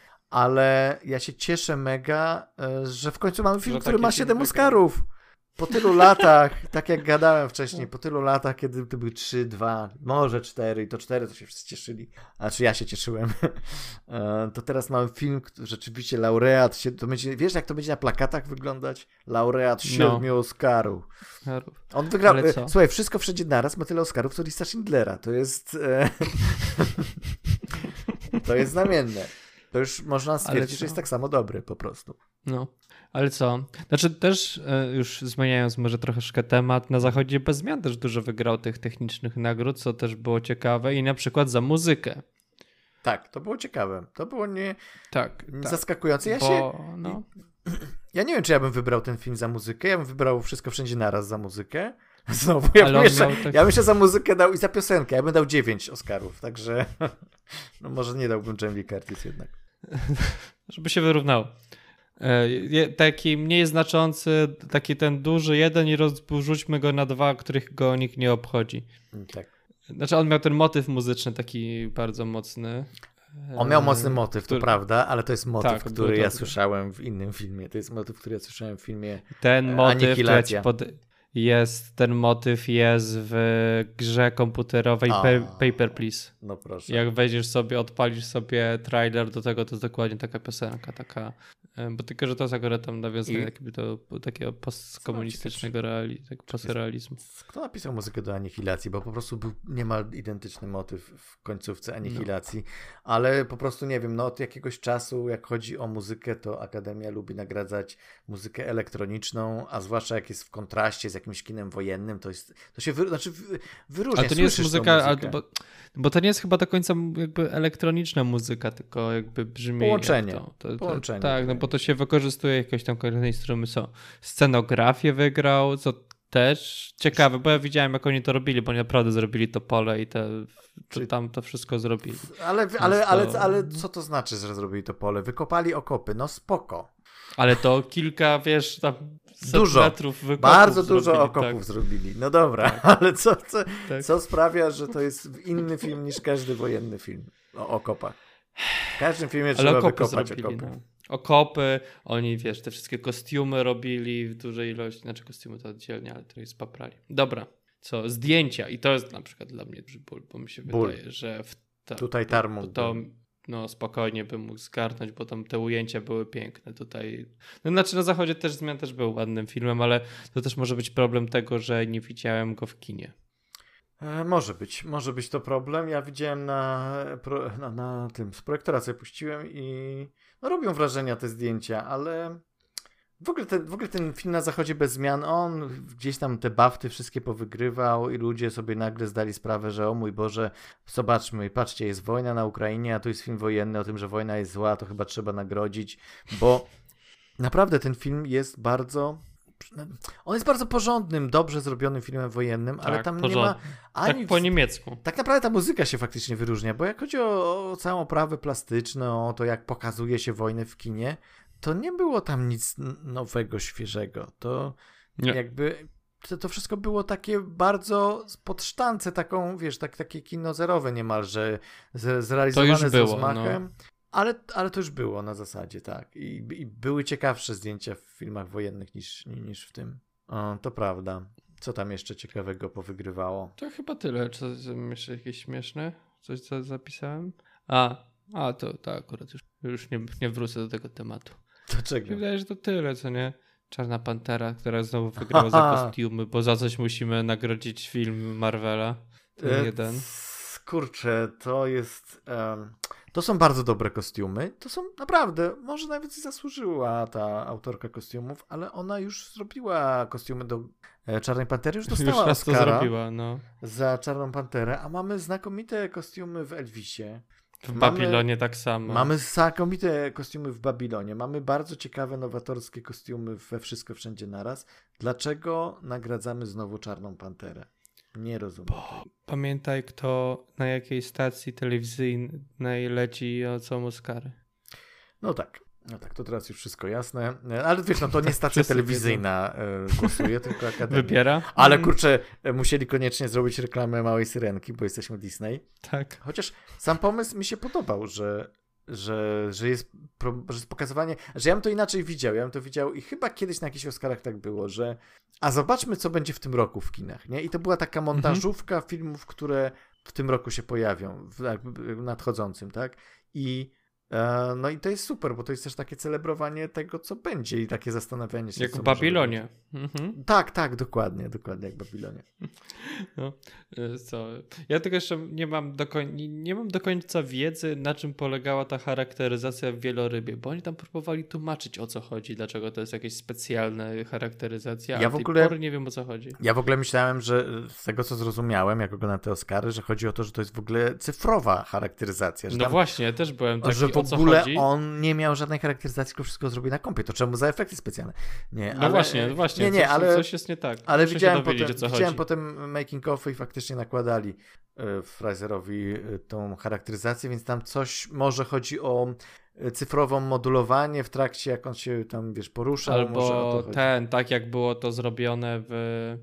Ale ja się cieszę mega, że w końcu mamy film, że który ma siedem Oscarów. Po tylu latach, tak jak gadałem wcześniej, po tylu latach, kiedy to były trzy, dwa, może cztery i to cztery, to się wszyscy cieszyli, znaczy ja się cieszyłem, to teraz mamy film, rzeczywiście laureat, się, to będzie, wiesz jak to będzie na plakatach wyglądać? Laureat siedmiu no. Oscarów. On wygrał, e, słuchaj, Wszystko Wszędzie Naraz ma tyle Oscarów, co lista Schindlera, to jest, e, to jest znamienne. To już można stwierdzić, że jest tak samo dobry po prostu. No. Ale co? Znaczy też już zmieniając może troszeczkę temat, na zachodzie bez zmian też dużo wygrał tych technicznych nagród, co też było ciekawe i na przykład za muzykę. Tak, to było ciekawe. To było nie tak, zaskakujące. Ja bo, się no. Ja nie wiem, czy ja bym wybrał ten film za muzykę. Ja bym wybrał Wszystko Wszędzie Naraz za muzykę. Znowu, ja bym, jeszcze, tak... ja bym się za muzykę dał i za piosenkę. Ja bym dał dziewięć Oscarów, także no może nie dałbym Jamie Lee Curtis jednak. Żeby się wyrównało. Taki mniej znaczący, taki ten duży jeden i rozrzućmy go na dwa, których go nikt nie obchodzi. Tak. Znaczy on miał ten motyw muzyczny taki bardzo mocny. On miał mocny motyw, który... to prawda, ale to jest motyw, tak, który ja dobry. słyszałem w innym filmie. To jest motyw, który ja słyszałem w filmie Ten motyw, Anihilacja. Pod... jest, ten motyw jest w grze komputerowej A, Paper Please. No proszę. Jak wejdziesz sobie, odpalisz sobie trailer do tego, to jest dokładnie taka piosenka, taka, bo tylko, że to jest akurat tam nawiązanie I... do takiego postkomunistycznego reali... tak, postrealizmu. Kto napisał muzykę do Anihilacji? Bo po prostu był niemal identyczny motyw w końcówce Anihilacji, no. Ale po prostu nie wiem, no od jakiegoś czasu, jak chodzi o muzykę, to Akademia lubi nagradzać muzykę elektroniczną, a zwłaszcza jak jest w kontraście z jakimś kinem wojennym, to jest, to się wy, znaczy wyróżnia. Ale to nie jest muzyka, ale, bo, bo to nie jest chyba do końca jakby elektroniczna muzyka, tylko jakby brzmi połączenie. Jak to. To, to, Połączenie. Tak, no bo to się wykorzystuje jakieś tam kolejne instrumenty, co scenografię wygrał, co też ciekawe, bo ja widziałem, jak oni to robili, bo oni naprawdę zrobili to pole i te, czy tam to wszystko zrobili. Ale, ale, ale, ale, ale co to znaczy, że zrobili to pole? Wykopali okopy, no spoko. Ale to kilka, wiesz, tam dużo, metrów wykopów bardzo dużo zrobili, okopów tak. zrobili. No dobra, tak. ale co, co, tak. co sprawia, że to jest inny film niż każdy wojenny film o okopach? W każdym filmie trzeba okopy wykopać zrobili, okopy. No. Okopy, oni, wiesz, te wszystkie kostiumy robili w dużej ilości, znaczy kostiumy to oddzielnie, ale to jest paprali. Dobra, co, zdjęcia i to jest na przykład dla mnie duży ból, bo mi się ból. wydaje, że w ta, tutaj tarmu. To, no spokojnie bym mógł zgarnąć, bo tam te ujęcia były piękne tutaj. No znaczy na Zachodzie też Zmian też był ładnym filmem, ale to też może być problem tego, że nie widziałem go w kinie. E, może być, może być to problem. Ja widziałem na, pro, na, na tym, z projektora sobie puściłem i no robią wrażenia te zdjęcia, ale w ogóle, ten, w ogóle ten film Na Zachodzie bez zmian, on gdzieś tam te bafty wszystkie powygrywał i ludzie sobie nagle zdali sprawę, że o mój Boże, zobaczmy, patrzcie, jest wojna na Ukrainie, a tu jest film wojenny o tym, że wojna jest zła, to chyba trzeba nagrodzić, bo naprawdę ten film jest bardzo... On jest bardzo porządnym, dobrze zrobionym filmem wojennym, tak, ale tam porządny. nie ma ani... Tak po niemiecku. Tak naprawdę ta muzyka się faktycznie wyróżnia, bo jak chodzi o, o całą oprawę plastyczną, o to jak pokazuje się wojnę w kinie, to nie było tam nic nowego, świeżego. To nie. jakby to, to wszystko było takie bardzo pod sztancę, taką, wiesz, tak, takie kino zerowe niemalże, z, zrealizowane z było, rozmachem. No. Ale, ale to już było na zasadzie, tak. I, i były ciekawsze zdjęcia w filmach wojennych niż, niż w tym. O, to prawda. Co tam jeszcze ciekawego powygrywało? To chyba tyle. Czy jeszcze jakieś śmieszne? Coś co zapisałem? A, a to, to akurat już, już nie, nie wrócę do tego tematu. Dlaczego? Wydaje, że to tyle, co nie? Czarna Pantera, która znowu wygrała za kostiumy, bo za coś musimy nagrodzić film Marvela. Ten e, jeden. Kurczę, to jest... Um... To są bardzo dobre kostiumy. To są naprawdę, może nawet zasłużyła ta autorka kostiumów, ale ona już zrobiła kostiumy do Czarnej Pantery, już dostała już raz Oscara to zrobiła, no. za Czarną Panterę, a mamy znakomite kostiumy w Elvisie. W mamy, Babilonie tak samo. Mamy znakomite kostiumy w Babilonie. Mamy bardzo ciekawe, nowatorskie kostiumy we Wszystko Wszędzie Naraz. Dlaczego nagradzamy znowu Czarną Panterę? Nie rozumiem. Bo pamiętaj, kto na jakiej stacji telewizyjnej leci o co Oscary. No tak. No tak, to teraz już wszystko jasne. Ale wiesz, no to nie stacja telewizyjna wiedzą. głosuje, tylko Akademia. Wybiera. Ale kurczę, musieli koniecznie zrobić reklamę Małej Syrenki, bo jesteśmy Disney. Tak. Chociaż sam pomysł mi się podobał, że Że, że, jest, że jest pokazywanie, że ja bym to inaczej widział, ja bym to widział i chyba kiedyś na jakichś Oscarach tak było, że a zobaczmy, co będzie w tym roku w kinach, nie? I to była taka montażówka mhm. filmów, które w tym roku się pojawią, w nadchodzącym, tak? I e, no i to jest super, bo to jest też takie celebrowanie tego, co będzie i takie zastanawianie się. Jak w Babilonie. Mhm. Tak, tak, dokładnie, dokładnie jak w Babilonie. No, co? Ja tylko jeszcze nie mam, do koń- nie mam do końca wiedzy, na czym polegała ta charakteryzacja w Wielorybie, bo oni tam próbowali tłumaczyć, o co chodzi, dlaczego to jest jakieś specjalne charakteryzacja, ja a w ogóle, tej pory nie wiem, o co chodzi. Ja w ogóle myślałem, że z tego, co zrozumiałem, jak oglądam te Oscary, że chodzi o to, że to jest w ogóle cyfrowa charakteryzacja. Że no tam, właśnie, ja też byłem taki, że w o co ogóle chodzi? on nie miał żadnej charakteryzacji, tylko wszystko zrobił na kompie. To czemu za efekty specjalne? Nie, no ale, właśnie, właśnie, nie, nie, coś, ale, coś jest nie tak. Ale Muszę widziałem, się dowiedzieć, potem, o co widziałem chodzi. potem making of i faktycznie nakładali y, Fraserowi y, tą charakteryzację, więc tam coś, może chodzi o y, cyfrową modulowanie w trakcie, jak on się tam, wiesz, poruszał. Albo może o to chodzi. ten, tak jak było to zrobione w...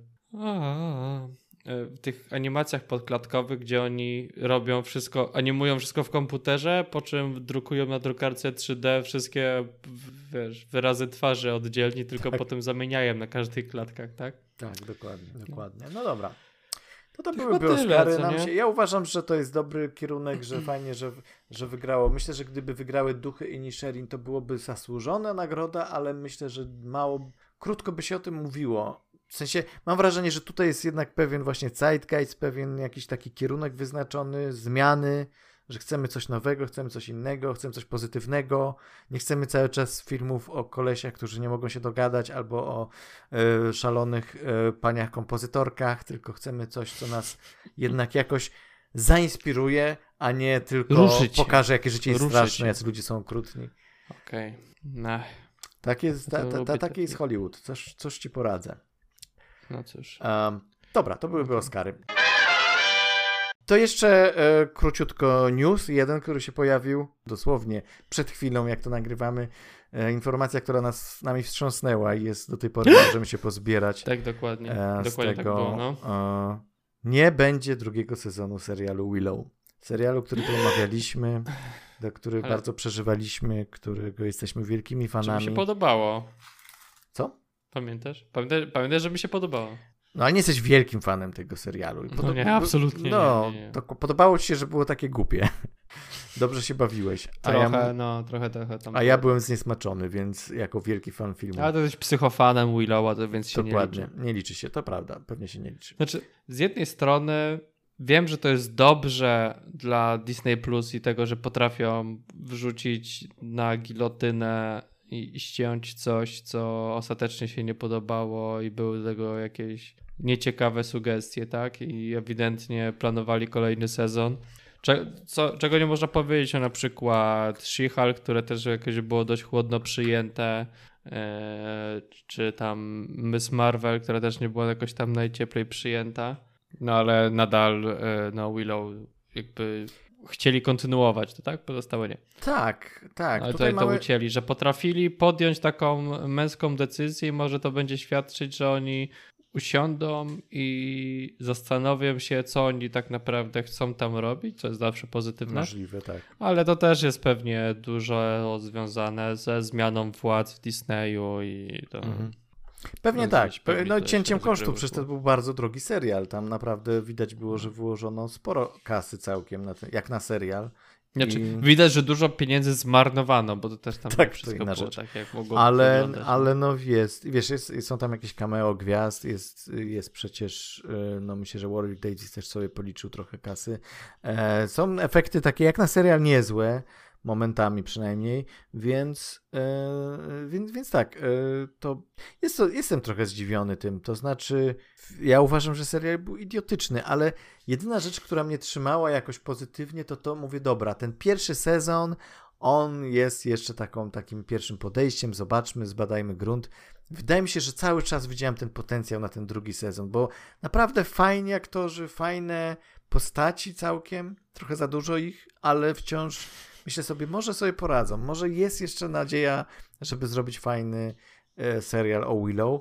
A, w tych animacjach podklatkowych, gdzie oni robią wszystko, animują wszystko w komputerze, po czym drukują na drukarce trzy D wszystkie, wiesz, wyrazy twarzy oddzielnie, tylko tak. potem zamieniają na każdych klatkach, tak? Tak, dokładnie, dokładnie. No dobra. To to, to byłyby Oscary. Nam się, ja uważam, że to jest dobry kierunek, że fajnie, że, że wygrało. Myślę, że gdyby wygrały Duchy i Inisherin, to byłoby zasłużona nagroda, ale myślę, że mało, krótko by się o tym mówiło. W sensie mam wrażenie, że tutaj jest jednak pewien właśnie zeitgeist, pewien jakiś taki kierunek wyznaczony, zmiany, że chcemy coś nowego, chcemy coś innego, chcemy coś pozytywnego, nie chcemy cały czas filmów o kolesiach, którzy nie mogą się dogadać, albo o y, szalonych y, paniach kompozytorkach, tylko chcemy coś, co nas jednak jakoś zainspiruje, a nie tylko Ruszyć pokaże, jakie życie jest Ruszyć straszne, się. jacy ludzie są okrutni. Okej. Okay. No. Tak jest, ta, To ta, ta, lubię taki takie- jest Hollywood, coś, coś ci poradzę. no cóż. Um, dobra, to byłyby Oscary. To jeszcze e, króciutko news, jeden, który się pojawił dosłownie przed chwilą, jak to nagrywamy. E, informacja, która nas nami wstrząsnęła i jest do tej pory, nie możemy się pozbierać Tak, dokładnie. e, z Dokładnie tego. tak było, no. E, nie będzie drugiego sezonu serialu Willow. Serialu, który tu omawialiśmy, do który Ale- bardzo przeżywaliśmy, którego jesteśmy wielkimi Czy mi fanami. się podobało. Co? Pamiętasz? Pamiętasz, pamiętasz, że mi się podobało. No ale nie jesteś wielkim fanem tego serialu. I No nie, absolutnie No, nie, nie, nie. to podobało ci się, że było takie głupie. Dobrze się bawiłeś. A Trochę, ja, no, trochę, trochę tam. a ja byłem zniesmaczony, więc jako wielki fan filmu. Ale to jesteś psychofanem Willowa, to więc się Dokładnie. nie liczy. Nie liczy się, to prawda. Pewnie się nie liczy. Znaczy, z jednej strony wiem, że to jest dobrze dla Disney Plus i tego, że potrafią wrzucić na gilotynę i, i ściąć coś, co ostatecznie się nie podobało i były do tego jakieś nieciekawe sugestie, tak? I ewidentnie planowali kolejny sezon. Cze- co, czego nie można powiedzieć o na przykład She-Hulk, które też jakoś było dość chłodno przyjęte, e, czy tam Miss Marvel, która też nie była jakoś tam najcieplej przyjęta. No ale nadal e, no Willow jakby chcieli kontynuować to, tak? Pozostałe nie. Tak, tak. Ale Tutaj tutaj to mamy... ucięli, że potrafili podjąć taką męską decyzję i może to będzie świadczyć, że oni usiądą i zastanowią się, co oni tak naprawdę chcą tam robić, co jest zawsze pozytywne. Możliwe, tak. Ale to też jest pewnie dużo związane ze zmianą władz w Disneyu i to... Mhm. Pewnie No, tak. gdzieś pewnie No to cięciem się kosztów, rozgrywa. przecież to był bardzo drogi serial. Tam naprawdę widać było, że wyłożono sporo kasy całkiem, na ten, jak na serial. Znaczy, I- widać, że dużo pieniędzy zmarnowano, bo to też tam Tak, nie to wszystko inna było rzecz. tak, jak mogło Ale, wyglądać. ale no jest, wiesz, jest, są tam jakieś cameo gwiazd, jest, jest przecież, y, no myślę, że Warwick Davis też sobie policzył trochę kasy. E, są efekty takie jak na serial niezłe, momentami przynajmniej, więc, e, więc, więc tak, e, to, jest to jestem trochę zdziwiony tym, to znaczy ja uważam, że serial był idiotyczny, ale jedyna rzecz, która mnie trzymała jakoś pozytywnie, to to mówię, dobra, ten pierwszy sezon, on jest jeszcze taką, takim pierwszym podejściem, zobaczmy, zbadajmy grunt. Wydaje mi się, że cały czas widziałem ten potencjał na ten drugi sezon, bo naprawdę fajni aktorzy, fajne postaci całkiem, trochę za dużo ich, ale wciąż myślę sobie, może sobie poradzą, może jest jeszcze nadzieja, żeby zrobić fajny e, serial o Willow,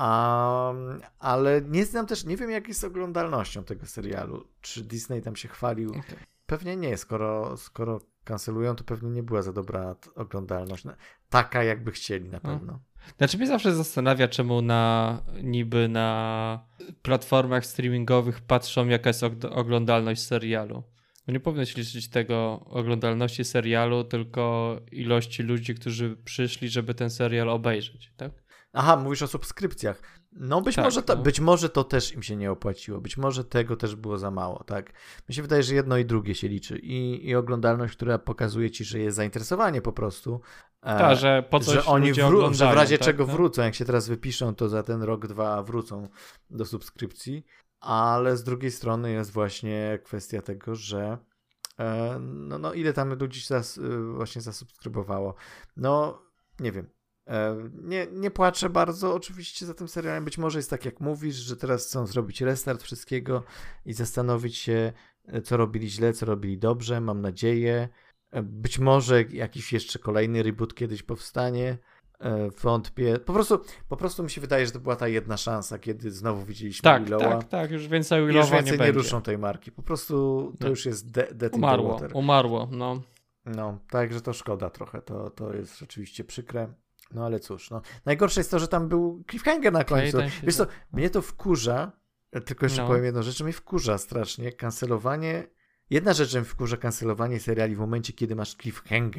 a, ale nie znam też, nie wiem jak jest z oglądalnością tego serialu, czy Disney tam się chwalił, Okay. pewnie nie, skoro, skoro kancelują, to pewnie nie była za dobra t- oglądalność, no, taka jakby chcieli na pewno. Znaczy mnie zawsze zastanawia, czemu na niby na platformach streamingowych patrzą, jaka jest og- oglądalność serialu. Bo nie powinno się liczyć tego oglądalności serialu, tylko ilości ludzi, którzy przyszli, żeby ten serial obejrzeć, tak? Aha, mówisz o subskrypcjach. No być, Tak, może to, no. być może to też im się nie opłaciło. Być może tego też było za mało, tak? Mi się wydaje, że jedno i drugie się liczy. I, i oglądalność, która pokazuje ci, że jest zainteresowanie po prostu. E, Tak, że po coś że oni ludzie wró- oglądają, że w razie tak, czego tak? wrócą. Jak się teraz wypiszą, to za ten rok, dwa wrócą do subskrypcji. Ale z drugiej strony jest właśnie kwestia tego, że e, no, no ile tam ludzi zas, właśnie zasubskrybowało. No, nie wiem. Nie, nie płaczę bardzo oczywiście za tym serialem. Być może jest tak jak mówisz, że teraz chcą zrobić restart wszystkiego i zastanowić się, co robili źle, co robili dobrze. Mam nadzieję. Być może jakiś jeszcze kolejny reboot kiedyś powstanie. Wątpię. Po prostu, po prostu mi się wydaje, że to była ta jedna szansa, kiedy znowu widzieliśmy Tak, Willowa. tak, tak. Już więcej I Willowa już więcej nie, nie, będzie. ruszą tej marki. Po prostu to No. już jest de- dead in the Umarło, water. umarło, no. No, także to szkoda trochę. To, to jest rzeczywiście przykre. No ale cóż, no. Najgorsze jest to, że tam był cliffhanger na końcu. Okej, ten się Wiesz co, da- mnie to wkurza, tylko jeszcze No. powiem jedną rzecz, że mnie wkurza strasznie kancelowanie. Jedna rzecz, że mnie wkurza kancelowanie seriali w momencie, kiedy masz cliffhanger.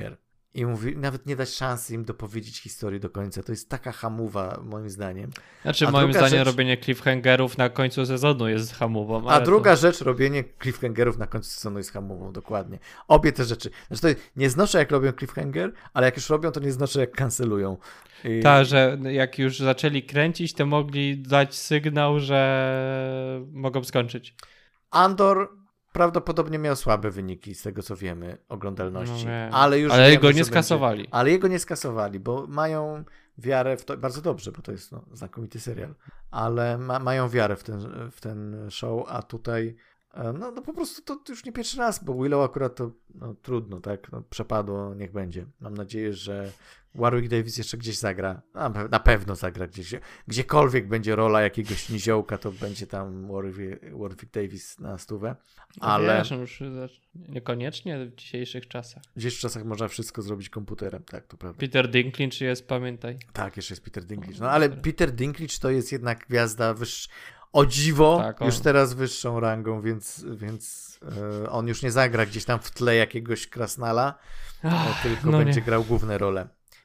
i mówi, nawet nie dać szansy im dopowiedzieć historii do końca. To jest taka hamuwa, moim zdaniem. Znaczy, A moim zdaniem rzecz... robienie cliffhangerów na końcu sezonu jest hamową. A druga to... rzecz, robienie cliffhangerów na końcu sezonu jest hamową, dokładnie. Obie te rzeczy. Znaczy, to nie znoszę, jak robią cliffhanger, ale jak już robią, to nie znoszę, jak cancelują. I... Tak, że jak już zaczęli kręcić, to mogli dać sygnał, że mogą skończyć. Andor prawdopodobnie miał słabe wyniki z tego, co wiemy, oglądalności. No ale już ale wiemy, jego nie co skasowali. Będzie. Ale jego nie skasowali, bo mają wiarę w to, bardzo dobrze, bo to jest no, znakomity serial, ale ma, mają wiarę w ten, w ten show, a tutaj no, no po prostu to, to już nie pierwszy raz, bo Willow akurat to no, trudno, tak, no, przepadło, niech będzie. Mam nadzieję, że Warwick Davis jeszcze gdzieś zagra, a, na pewno zagra gdzieś, gdziekolwiek będzie rola jakiegoś niziołka, to będzie tam Warwick, Warwick Davis na stówę, ale... Wiesz, już niekoniecznie w dzisiejszych czasach. W dzisiejszych czasach można wszystko zrobić komputerem, tak, to prawda. Peter Dinklage jest, pamiętaj. Tak, jeszcze jest Peter Dinklage, no ale Peter Dinklage to jest jednak gwiazda wyższa, o dziwo, tak, już teraz wyższą rangą, więc, więc yy, on już nie zagra gdzieś tam w tle jakiegoś krasnala, Ach, tylko no będzie nie. grał główne role.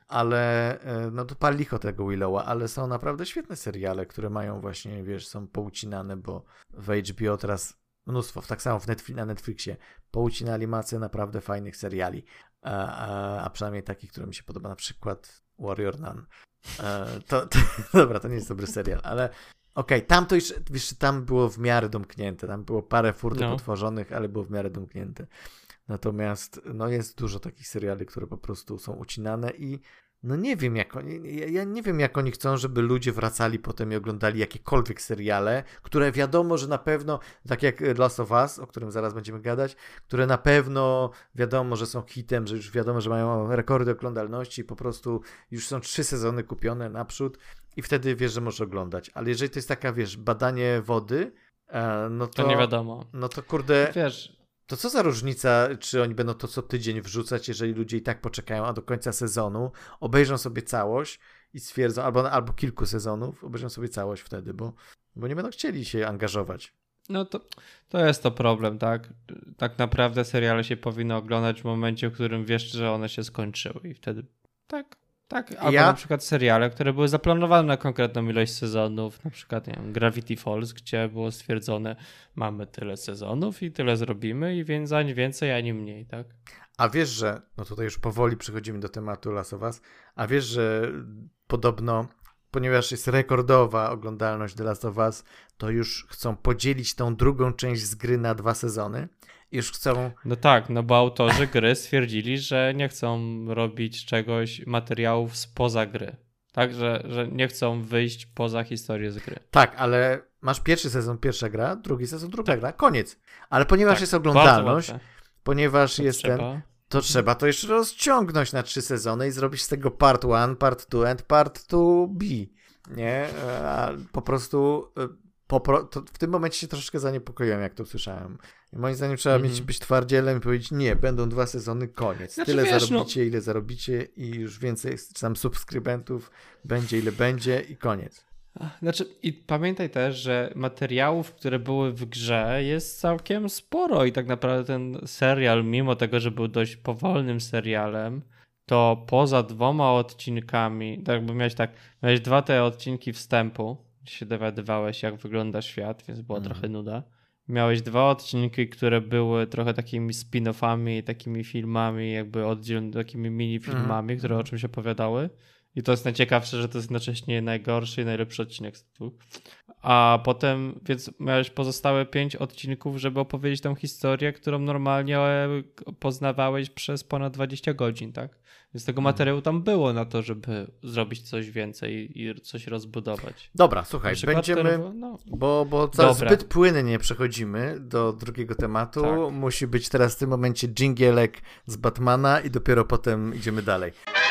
Ale, yy, no to pal licho tego Willowa, ale są naprawdę świetne seriale, które mają właśnie, wiesz, są poucinane, bo w H B O teraz mnóstwo, tak samo w Netflix, na Netflixie poucinali masę naprawdę fajnych seriali, a, a, a przynajmniej takich, które mi się podoba, na przykład Warrior Nun. E, to, to, dobra, to nie jest dobry serial, ale okej, okay, tam to już, wiesz, tam było w miarę domknięte, tam było parę furtek no. otworzonych, ale było w miarę domknięte. Natomiast no jest dużo takich seriali, które po prostu są ucinane i no nie wiem, jak oni, ja, ja nie wiem, jak oni chcą, żeby ludzie wracali potem i oglądali jakiekolwiek seriale, które wiadomo, że na pewno, tak jak Last of Us, o którym zaraz będziemy gadać, które na pewno wiadomo, że są hitem, że już wiadomo, że mają rekordy oglądalności i po prostu już są trzy sezony kupione naprzód i wtedy wiesz, że możesz oglądać. Ale jeżeli to jest taka, wiesz, badanie wody, no to... To nie wiadomo. No to kurde... Wiesz... To co za różnica, czy oni będą to co tydzień wrzucać, jeżeli ludzie i tak poczekają, a do końca sezonu obejrzą sobie całość i stwierdzą, albo, albo kilku sezonów, obejrzą sobie całość wtedy, bo, bo nie będą chcieli się angażować. No to, to jest to problem, tak? Tak naprawdę seriale się powinno oglądać w momencie, w którym wiesz, że one się skończyły i wtedy tak, tak. Albo ja... na przykład seriale, które były zaplanowane na konkretną ilość sezonów, na przykład nie wiem, Gravity Falls, gdzie było stwierdzone, mamy tyle sezonów i tyle zrobimy i więc ani więcej, ani mniej, tak? A wiesz, że, no tutaj już powoli przechodzimy do tematu Last of Us, a wiesz, że podobno, ponieważ jest rekordowa oglądalność The Last of Us, to już chcą podzielić tą drugą część z gry na dwa sezony. Już chcą... No tak, no bo autorzy gry stwierdzili, że nie chcą robić czegoś, materiałów spoza gry. Tak, że, że nie chcą wyjść poza historię z gry. Tak, ale masz pierwszy sezon, pierwsza gra, drugi sezon, druga tak. gra, koniec. Ale ponieważ tak, jest oglądalność, łatwe. ponieważ to jest trzeba. ten, to trzeba to jeszcze rozciągnąć na trzy sezony i zrobić z tego part one, part two and part two B. Nie? A po prostu... Popro- to w tym momencie się troszeczkę zaniepokoiłem, jak to usłyszałem. I moim zdaniem trzeba mm-hmm. mieć być twardzielem i powiedzieć, nie, będą dwa sezony, koniec. Znaczy, Tyle wiesz, zarobicie, no... ile zarobicie i już więcej tam subskrybentów będzie, ile będzie i koniec. Znaczy, i pamiętaj też, że materiałów, które były w grze jest całkiem sporo i tak naprawdę ten serial, mimo tego, że był dość powolnym serialem, to poza dwoma odcinkami, tak jakby miałeś tak, miałeś dwa te odcinki wstępu, się dowiadywałeś, jak wygląda świat, więc była mm. trochę nuda. Miałeś dwa odcinki, które były trochę takimi spin-offami, takimi filmami, jakby oddzielnymi, takimi mini-filmami, mm. które o czymś opowiadały. I to jest najciekawsze, że to jest jednocześnie najgorszy i najlepszy odcinek z tytułu. A potem, więc miałeś pozostałe pięć odcinków, żeby opowiedzieć tą historię, którą normalnie poznawałeś przez ponad dwadzieścia godzin, tak? Więc tego materiału tam było na to, żeby zrobić coś więcej i coś rozbudować. Dobra, słuchaj, będziemy, ten, no. bo, bo zbyt płynnie przechodzimy do drugiego tematu. Tak. Musi być teraz w tym momencie dżingielek z Batmana i dopiero potem idziemy dalej.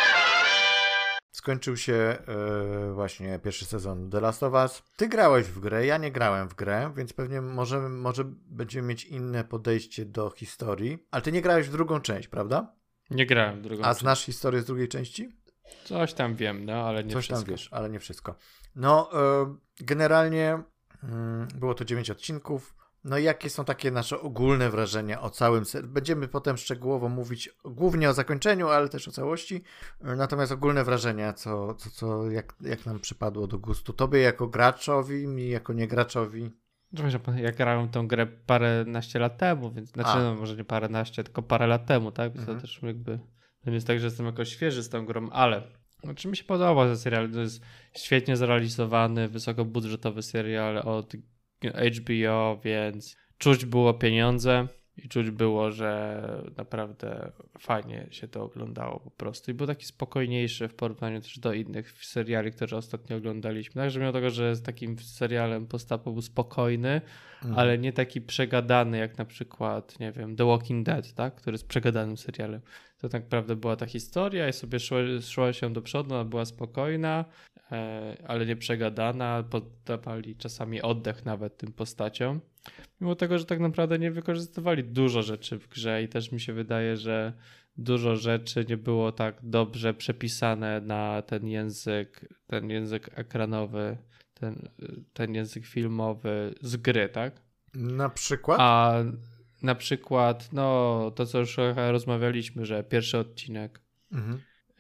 Skończył się yy, właśnie pierwszy sezon The Last of Us. Ty grałeś w grę, ja nie grałem w grę, więc pewnie może, może będziemy mieć inne podejście do historii. Ale ty nie grałeś w drugą część, prawda? Nie grałem w drugą A część. znasz historię z drugiej części? Coś tam wiem, no, ale nie Coś wszystko. Coś tam wiesz, ale nie wszystko. No, yy, generalnie yy, było to dziewięć odcinków. no i jakie są takie nasze ogólne wrażenia o całym serialu? Będziemy potem szczegółowo mówić głównie o zakończeniu, ale też o całości. Natomiast ogólne wrażenia, co, co, co jak, jak nam przypadło do gustu. Tobie jako graczowi, mi jako niegraczowi. Ja grałem tą grę paręnaście lat temu, więc znaczy no, może nie paręnaście, tylko parę lat temu, tak? Mhm. To też jakby to nie jest tak, że jestem jakoś świeży z tą grą, ale znaczy mi się podoba ten serial. To jest świetnie zrealizowany, wysokobudżetowy serial od H B O, więc czuć było pieniądze i czuć było, że naprawdę fajnie się to oglądało po prostu. I był taki spokojniejszy w porównaniu też do innych seriali, które ostatnio oglądaliśmy. Także mimo tego, że z takim serialem postapo był spokojny, mhm. ale nie taki przegadany jak na przykład, nie wiem, The Walking Dead, tak? Który jest przegadanym serialem. To tak naprawdę była ta historia i sobie szło, szło się do przodu, ona była spokojna, e, ale nie przegadana. Poddawali czasami oddech nawet tym postaciom. Mimo tego, że tak naprawdę nie wykorzystywali dużo rzeczy w grze i też mi się wydaje, że dużo rzeczy nie było tak dobrze przepisane na ten język, ten język ekranowy, ten, ten język filmowy z gry, tak? Na przykład? A na przykład, no to co już rozmawialiśmy, że pierwszy odcinek, mhm.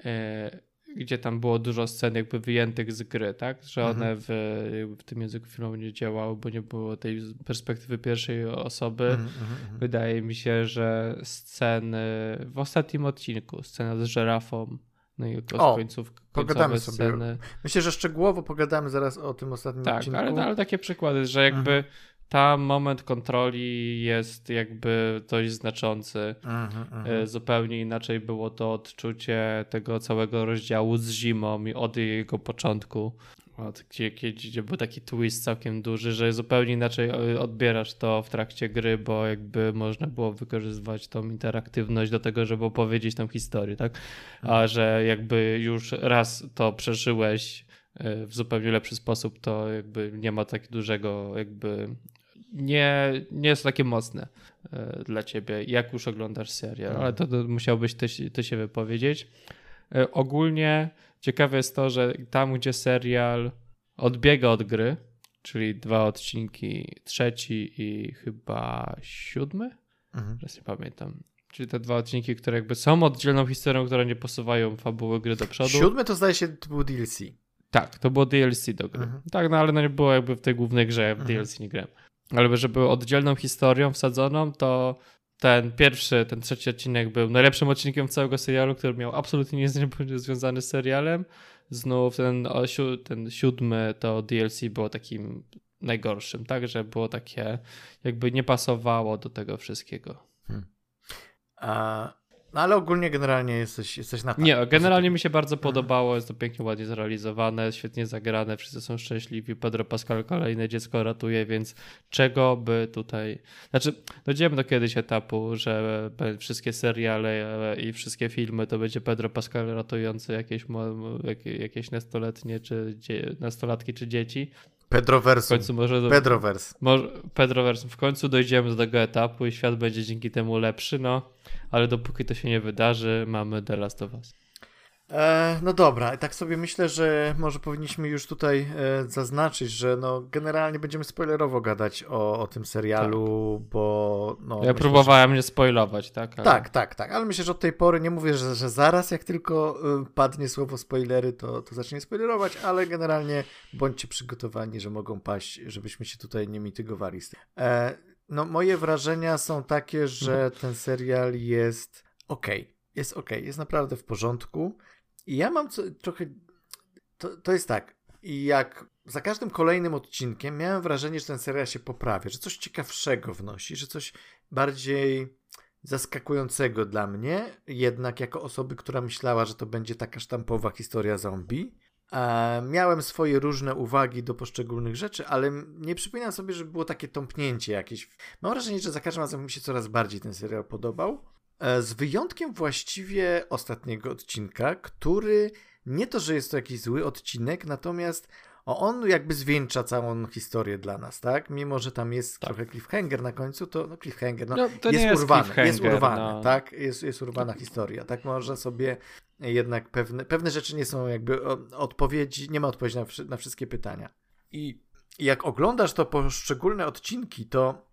y- gdzie tam było dużo scen jakby wyjętych z gry, tak? Że one mhm. w, w tym języku filmowym nie działały, bo nie było tej perspektywy pierwszej osoby. Mhm, mhm. Wydaje mi się, że sceny w ostatnim odcinku, scena z żyrafą, no i o, końców, pogadamy sceny. sobie. Myślę, że szczegółowo pogadamy zaraz o tym ostatnim tak, odcinku. Tak, ale, ale takie przykłady, że jakby mhm. tam moment kontroli jest jakby dość znaczący. Uh-huh, uh-huh. Zupełnie inaczej było to odczucie tego całego rozdziału z zimą i od jego początku, od, gdzie, gdzie był taki twist całkiem duży, że zupełnie inaczej odbierasz to w trakcie gry, bo jakby można było wykorzystywać tą interaktywność do tego, żeby opowiedzieć tą historię, tak? A że jakby już raz to przeżyłeś w zupełnie lepszy sposób, to jakby nie ma tak dużego jakby nie, nie jest takie mocne y, dla ciebie, jak już oglądasz serial, mm. ale to, to musiałbyś ty, ty się wypowiedzieć. Y, ogólnie ciekawe jest to, że tam, gdzie serial odbiega od gry, czyli dwa odcinki, trzeci i chyba siódmy, mm. teraz nie pamiętam, czyli te dwa odcinki, które jakby są oddzielną historią, które nie posuwają fabuły gry do przodu. Siódmy to zdaje się, to był D L C. Tak, to było D L C do gry. Mm. Tak, no ale no nie było jakby w tej głównej grze, w mm. D L C nie grałem. Ale żeby było oddzielną historią wsadzoną, to ten pierwszy, ten trzeci odcinek był najlepszym odcinkiem całego serialu, który miał absolutnie nic nie był związany z serialem. Znów ten, ten siódmy to D L C było takim najgorszym, tak? Że było takie, jakby nie pasowało do tego wszystkiego. Hmm. A... No ale ogólnie generalnie jesteś, jesteś na tak. Nie, generalnie mi się bardzo podobało, jest to pięknie, ładnie zrealizowane, świetnie zagrane, wszyscy są szczęśliwi, Pedro Pascal kolejne dziecko ratuje, więc czego by tutaj... Znaczy, dojdziemy do kiedyś etapu, że wszystkie seriale i wszystkie filmy to będzie Pedro Pascal ratujący jakieś, jakieś nastoletnie, czy dzie... nastolatki, czy dzieci. Pedroversum. W końcu może do... Pedrovers. Może... Pedroversum. W końcu dojdziemy do tego etapu i świat będzie dzięki temu lepszy, no. Ale dopóki to się nie wydarzy, mamy The Last of Us. E, no dobra, tak sobie myślę, że może powinniśmy już tutaj e, zaznaczyć, że no generalnie będziemy spoilerowo gadać o, o tym serialu, tak. bo... No, ja myślę, próbowałem że... nie spoilować, tak? Ale... Tak, tak, tak, ale myślę, że od tej pory nie mówię, że, że zaraz jak tylko y, padnie słowo spoilery, to, to zacznie spoilerować, ale generalnie bądźcie przygotowani, że mogą paść, żebyśmy się tutaj nie mitygowali z tym. E, no moje wrażenia są takie, że ten serial jest okej, okay. jest okej, okay. jest naprawdę w porządku. I ja mam co, trochę, to, to jest tak, i jak za każdym kolejnym odcinkiem miałem wrażenie, że ten serial się poprawia, że coś ciekawszego wnosi, że coś bardziej zaskakującego dla mnie, jednak jako osoby, która myślała, że to będzie taka sztampowa historia zombie. E, miałem swoje różne uwagi do poszczególnych rzeczy, ale nie przypominam sobie, że było takie tąpnięcie jakieś. Mam wrażenie, że za każdym razem mi się coraz bardziej ten serial podobał. Z wyjątkiem właściwie ostatniego odcinka, który nie to, że jest to jakiś zły odcinek, natomiast on jakby zwieńcza całą historię dla nas, tak? Mimo, że tam jest tak. trochę cliffhanger na końcu, to no cliffhanger, no, no to jest, nie jest urwane, jest urwane, no. tak? Jest, jest urwana historia, tak? Można sobie jednak pewne, pewne rzeczy nie są jakby odpowiedzi, nie ma odpowiedzi na, na wszystkie pytania. I jak oglądasz to poszczególne odcinki, to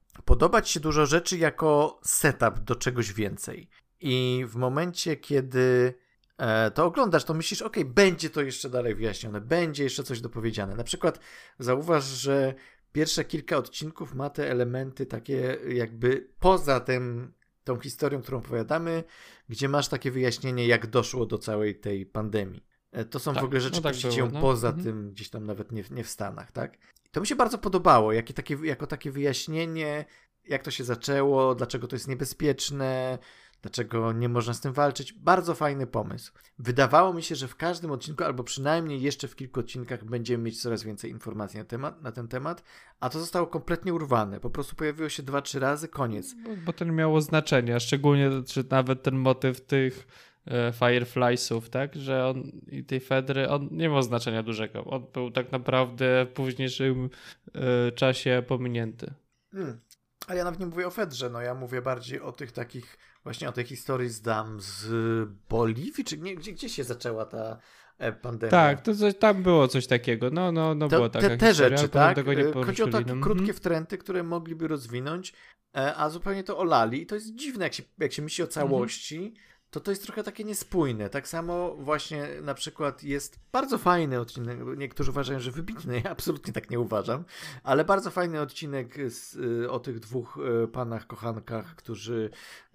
podobać się dużo rzeczy jako setup do czegoś więcej. I w momencie, kiedy e, to oglądasz, to myślisz, okej, okay, będzie to jeszcze dalej wyjaśnione, będzie jeszcze coś dopowiedziane. Na przykład zauważ, że pierwsze kilka odcinków ma te elementy takie jakby poza tym, tą historią, którą opowiadamy, gdzie masz takie wyjaśnienie, jak doszło do całej tej pandemii. E, to są tak, w ogóle rzeczy, no tak które się było, dzieją no. poza Mhm. tym, gdzieś tam nawet nie, nie w Stanach, tak? I to mi się bardzo podobało, jakie takie, jako takie wyjaśnienie, jak to się zaczęło, dlaczego to jest niebezpieczne, dlaczego nie można z tym walczyć. Bardzo fajny pomysł. Wydawało mi się, że w każdym odcinku, albo przynajmniej jeszcze w kilku odcinkach będziemy mieć coraz więcej informacji na, temat, na ten temat, a to zostało kompletnie urwane. Po prostu pojawiło się dwa, trzy razy, koniec. Bo, bo to nie miało znaczenia, szczególnie czy nawet ten motyw tych e, Firefliesów, tak, że on i tej Fedry, on nie miał znaczenia dużego. On był tak naprawdę w późniejszym e, czasie pominięty. Hmm. Ale ja nawet nie mówię o Fedrze, no ja mówię bardziej o tych takich, właśnie o tej historii z dam z Boliwii, czy nie, gdzie, gdzie się zaczęła ta e, pandemia? Tak, to coś, tam było coś takiego, no, no, no to, było taka te, te historia, rzeczy, potem tak? tego nie Chodzi o takie poruszyli, no. krótkie wtręty, które mogliby rozwinąć, e, a zupełnie to olali i to jest dziwne, jak się, jak się myśli o całości, to to jest trochę takie niespójne. Tak samo właśnie na przykład jest bardzo fajny odcinek, niektórzy uważają, że wybitny, ja absolutnie tak nie uważam, ale bardzo fajny odcinek z, y, o tych dwóch y, panach kochankach, którzy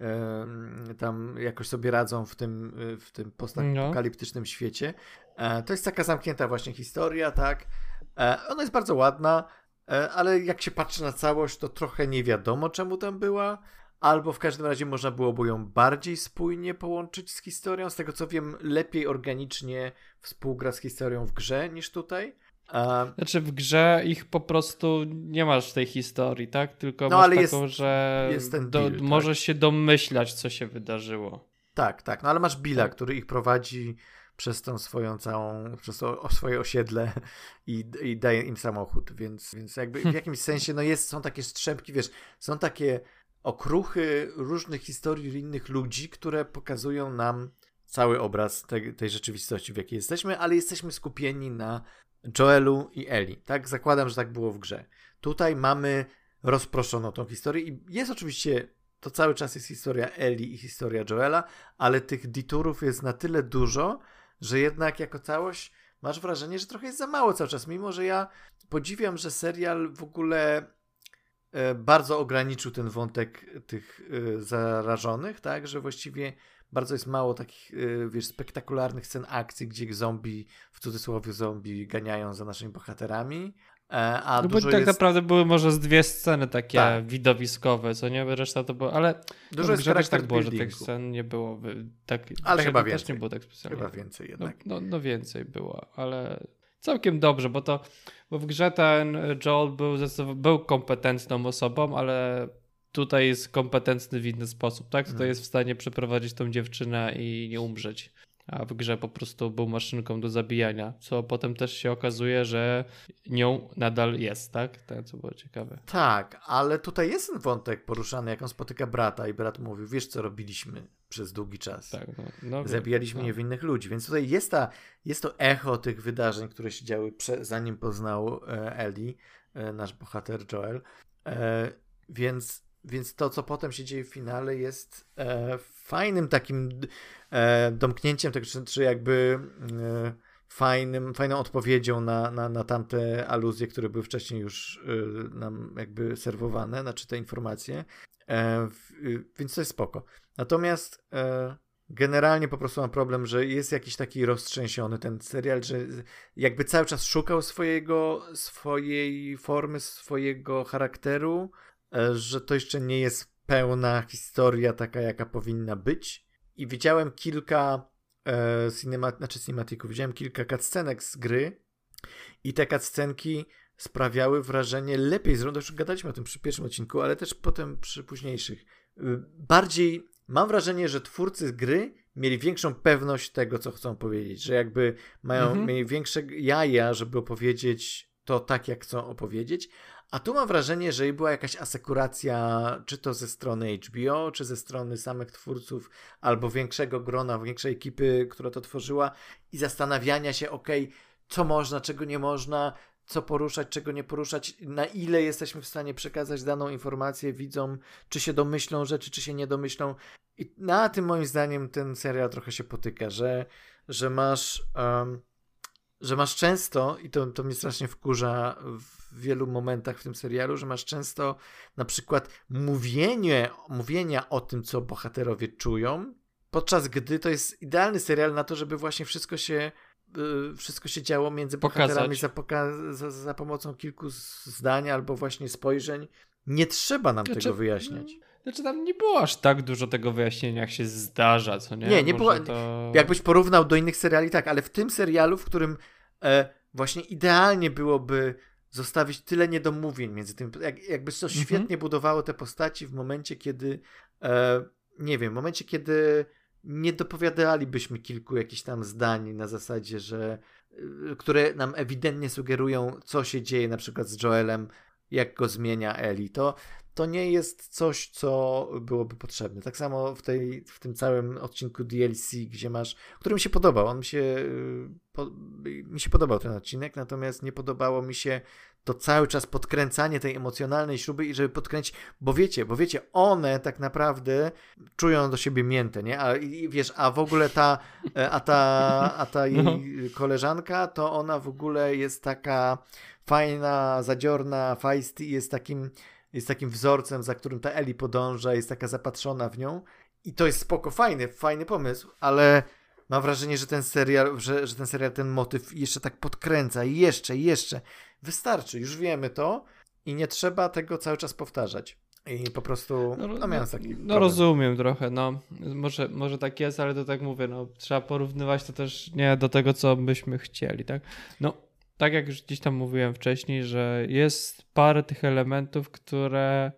y, tam jakoś sobie radzą w tym, y, w tym postapokaliptycznym no. świecie. E, to jest taka zamknięta właśnie historia, tak? E, ona jest bardzo ładna, e, ale jak się patrzy na całość, to trochę nie wiadomo, czemu tam była. Albo w każdym razie można byłoby ją bardziej spójnie połączyć z historią. Z tego co wiem, lepiej organicznie współgra z historią w grze niż tutaj. A... Znaczy w grze ich po prostu nie masz tej historii, tak? Tylko no, masz ale taką, jest, że jest ten do, Bill, tak? możesz się domyślać, co się wydarzyło. Tak, tak. No ale masz Billa, tak. który ich prowadzi przez tą swoją całą, przez to, o swoje osiedle i, i daje im samochód, więc, więc jakby w jakimś sensie no jest, są takie strzępki, wiesz, są takie okruchy różnych historii innych ludzi, które pokazują nam cały obraz tej, tej rzeczywistości, w jakiej jesteśmy, ale jesteśmy skupieni na Joelu i Ellie. Tak? Zakładam, że tak było w grze. Tutaj mamy rozproszoną tą historię i jest oczywiście, to cały czas jest historia Ellie i historia Joela, ale tych deturów jest na tyle dużo, że jednak jako całość masz wrażenie, że trochę jest za mało cały czas, mimo że ja podziwiam, że serial w ogóle bardzo ograniczył ten wątek tych y, zarażonych, tak, że właściwie bardzo jest mało takich, y, wiesz, spektakularnych scen akcji, gdzie zombie, w cudzysłowie zombie, ganiają za naszymi bohaterami, e, a no dużo bo tak jest... naprawdę były może z dwie sceny takie tak. widowiskowe, co nie? Reszta to było, ale dużo no, jest też tak było, że buildingu. tych scen nie było, tak, ale chyba też więcej. nie było tak specjalnie. Chyba więcej jednak. No, no, no więcej było, ale całkiem dobrze, bo to bo w grze ten Joel był, był kompetentną osobą, ale tutaj jest kompetentny w inny sposób, tak? Tutaj hmm. jest w stanie przeprowadzić tą dziewczynę i nie umrzeć. A w grze po prostu był maszynką do zabijania, co potem też się okazuje, że nią nadal jest, tak? To, co było ciekawe. Tak, ale tutaj jest ten wątek poruszany, jak on spotyka brata i brat mówi, wiesz co robiliśmy przez długi czas. Tak, no, no, Zabijaliśmy no. niewinnych ludzi, więc tutaj jest, ta, jest to echo tych wydarzeń, które się działy prze, zanim poznał e, Ellie, e, nasz bohater Joel. E, więc, więc to, co potem się dzieje w finale jest e, fajnym takim e, domknięciem tego, czy, czy jakby e, fajnym, fajną odpowiedzią na, na, na tamte aluzje, które były wcześniej już e, nam jakby serwowane, znaczy te informacje. E, w, więc to jest spoko. Natomiast e, generalnie po prostu mam problem, że jest jakiś taki roztrzęsiony ten serial, że jakby cały czas szukał swojego, swojej formy, swojego charakteru, e, że to jeszcze nie jest pełna historia taka, jaka powinna być. I widziałem kilka e, cinema, znaczy cinematików, widziałem kilka cutscenek z gry i te cutscenki sprawiały wrażenie lepiej zrobione. Już gadaliśmy o tym przy pierwszym odcinku, ale też potem przy późniejszych. Bardziej mam wrażenie, że twórcy gry mieli większą pewność tego, co chcą powiedzieć, że jakby mają mhm. mieli większe jaja, żeby opowiedzieć to tak, jak chcą opowiedzieć, a tu mam wrażenie, że była jakaś asekuracja, czy to ze strony H B O, czy ze strony samych twórców, albo większego grona, większej ekipy, która to tworzyła i zastanawiania się, okej, okay, co można, czego nie można, co poruszać, czego nie poruszać, na ile jesteśmy w stanie przekazać daną informację widzom, czy się domyślą rzeczy, czy się nie domyślą. I na tym moim zdaniem ten serial trochę się potyka, że, że masz um, że masz często, i to, to mnie strasznie wkurza w wielu momentach w tym serialu, że masz często na przykład mówienie, mówienia o tym, co bohaterowie czują, podczas gdy to jest idealny serial na to, żeby właśnie wszystko się yy, wszystko się działo między bohaterami za, poka- za, za pomocą kilku zdań albo właśnie spojrzeń. Nie trzeba nam znaczy, tego wyjaśniać. Znaczy tam nie było aż tak dużo tego wyjaśnienia, jak się zdarza, co nie? Nie, nie Może było. to... Jakbyś porównał do innych seriali, tak, ale w tym serialu, w którym e, właśnie idealnie byłoby zostawić tyle niedomówień między tym, jak, jakby to mhm. świetnie budowało te postaci w momencie, kiedy e, nie wiem, w momencie, kiedy nie dopowiadalibyśmy kilku jakichś tam zdań na zasadzie, że y, które nam ewidentnie sugerują, co się dzieje na przykład z Joelem, jak go zmienia Ellie. To, to nie jest coś, co byłoby potrzebne. Tak samo w, tej, w tym całym odcinku D L C, gdzie masz, który mi się podobał. On mi się, po, mi się podobał ten odcinek, natomiast nie podobało mi się to cały czas podkręcanie tej emocjonalnej śruby i żeby podkręcić, bo wiecie, bo wiecie, one tak naprawdę czują do siebie miętę, nie? A i wiesz, a w ogóle ta, a ta, a ta jej no. koleżanka, to ona w ogóle jest taka fajna, zadziorna, feisty i jest takim, jest takim wzorcem, za którym ta Ellie podąża, jest taka zapatrzona w nią i to jest spoko, fajny, fajny pomysł, ale mam wrażenie, że ten serial, że, że ten serial ten motyw jeszcze tak podkręca i jeszcze, i jeszcze. Wystarczy, już wiemy to i nie trzeba tego cały czas powtarzać. I po prostu, no, no miałem taki No problem. rozumiem trochę, no. Może, może tak jest, ale to tak mówię, no trzeba porównywać to też nie do tego, co byśmy chcieli, tak? No, tak jak już gdzieś tam mówiłem wcześniej, że jest parę tych elementów, które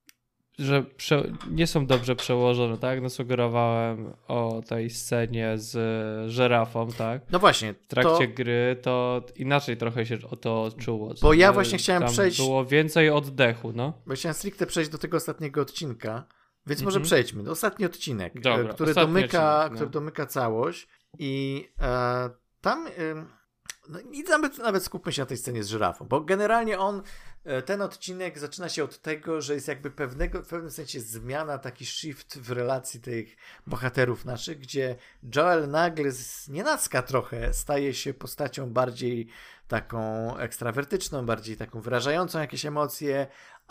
że prze, nie są dobrze przełożone, tak? No sugerowałem o tej scenie z żyrafą, tak? No właśnie. W trakcie to... gry to inaczej trochę się o to czuło. Bo ja właśnie chciałem tam przejść... było więcej oddechu, no. Bo chciałem stricte przejść do tego ostatniego odcinka, więc mm-hmm. może przejdźmy. Ostatni odcinek, Dobra, który, ostatni domyka, odcinek, no. który domyka całość i e, tam... E, No i nawet, nawet skupmy się na tej scenie z żyrafą, bo generalnie on, ten odcinek zaczyna się od tego, że jest jakby pewnego, w pewnym sensie zmiana, taki shift w relacji tych bohaterów naszych, gdzie Joel nagle z nienacka trochę staje się postacią bardziej taką ekstrawertyczną, bardziej taką wyrażającą jakieś emocje,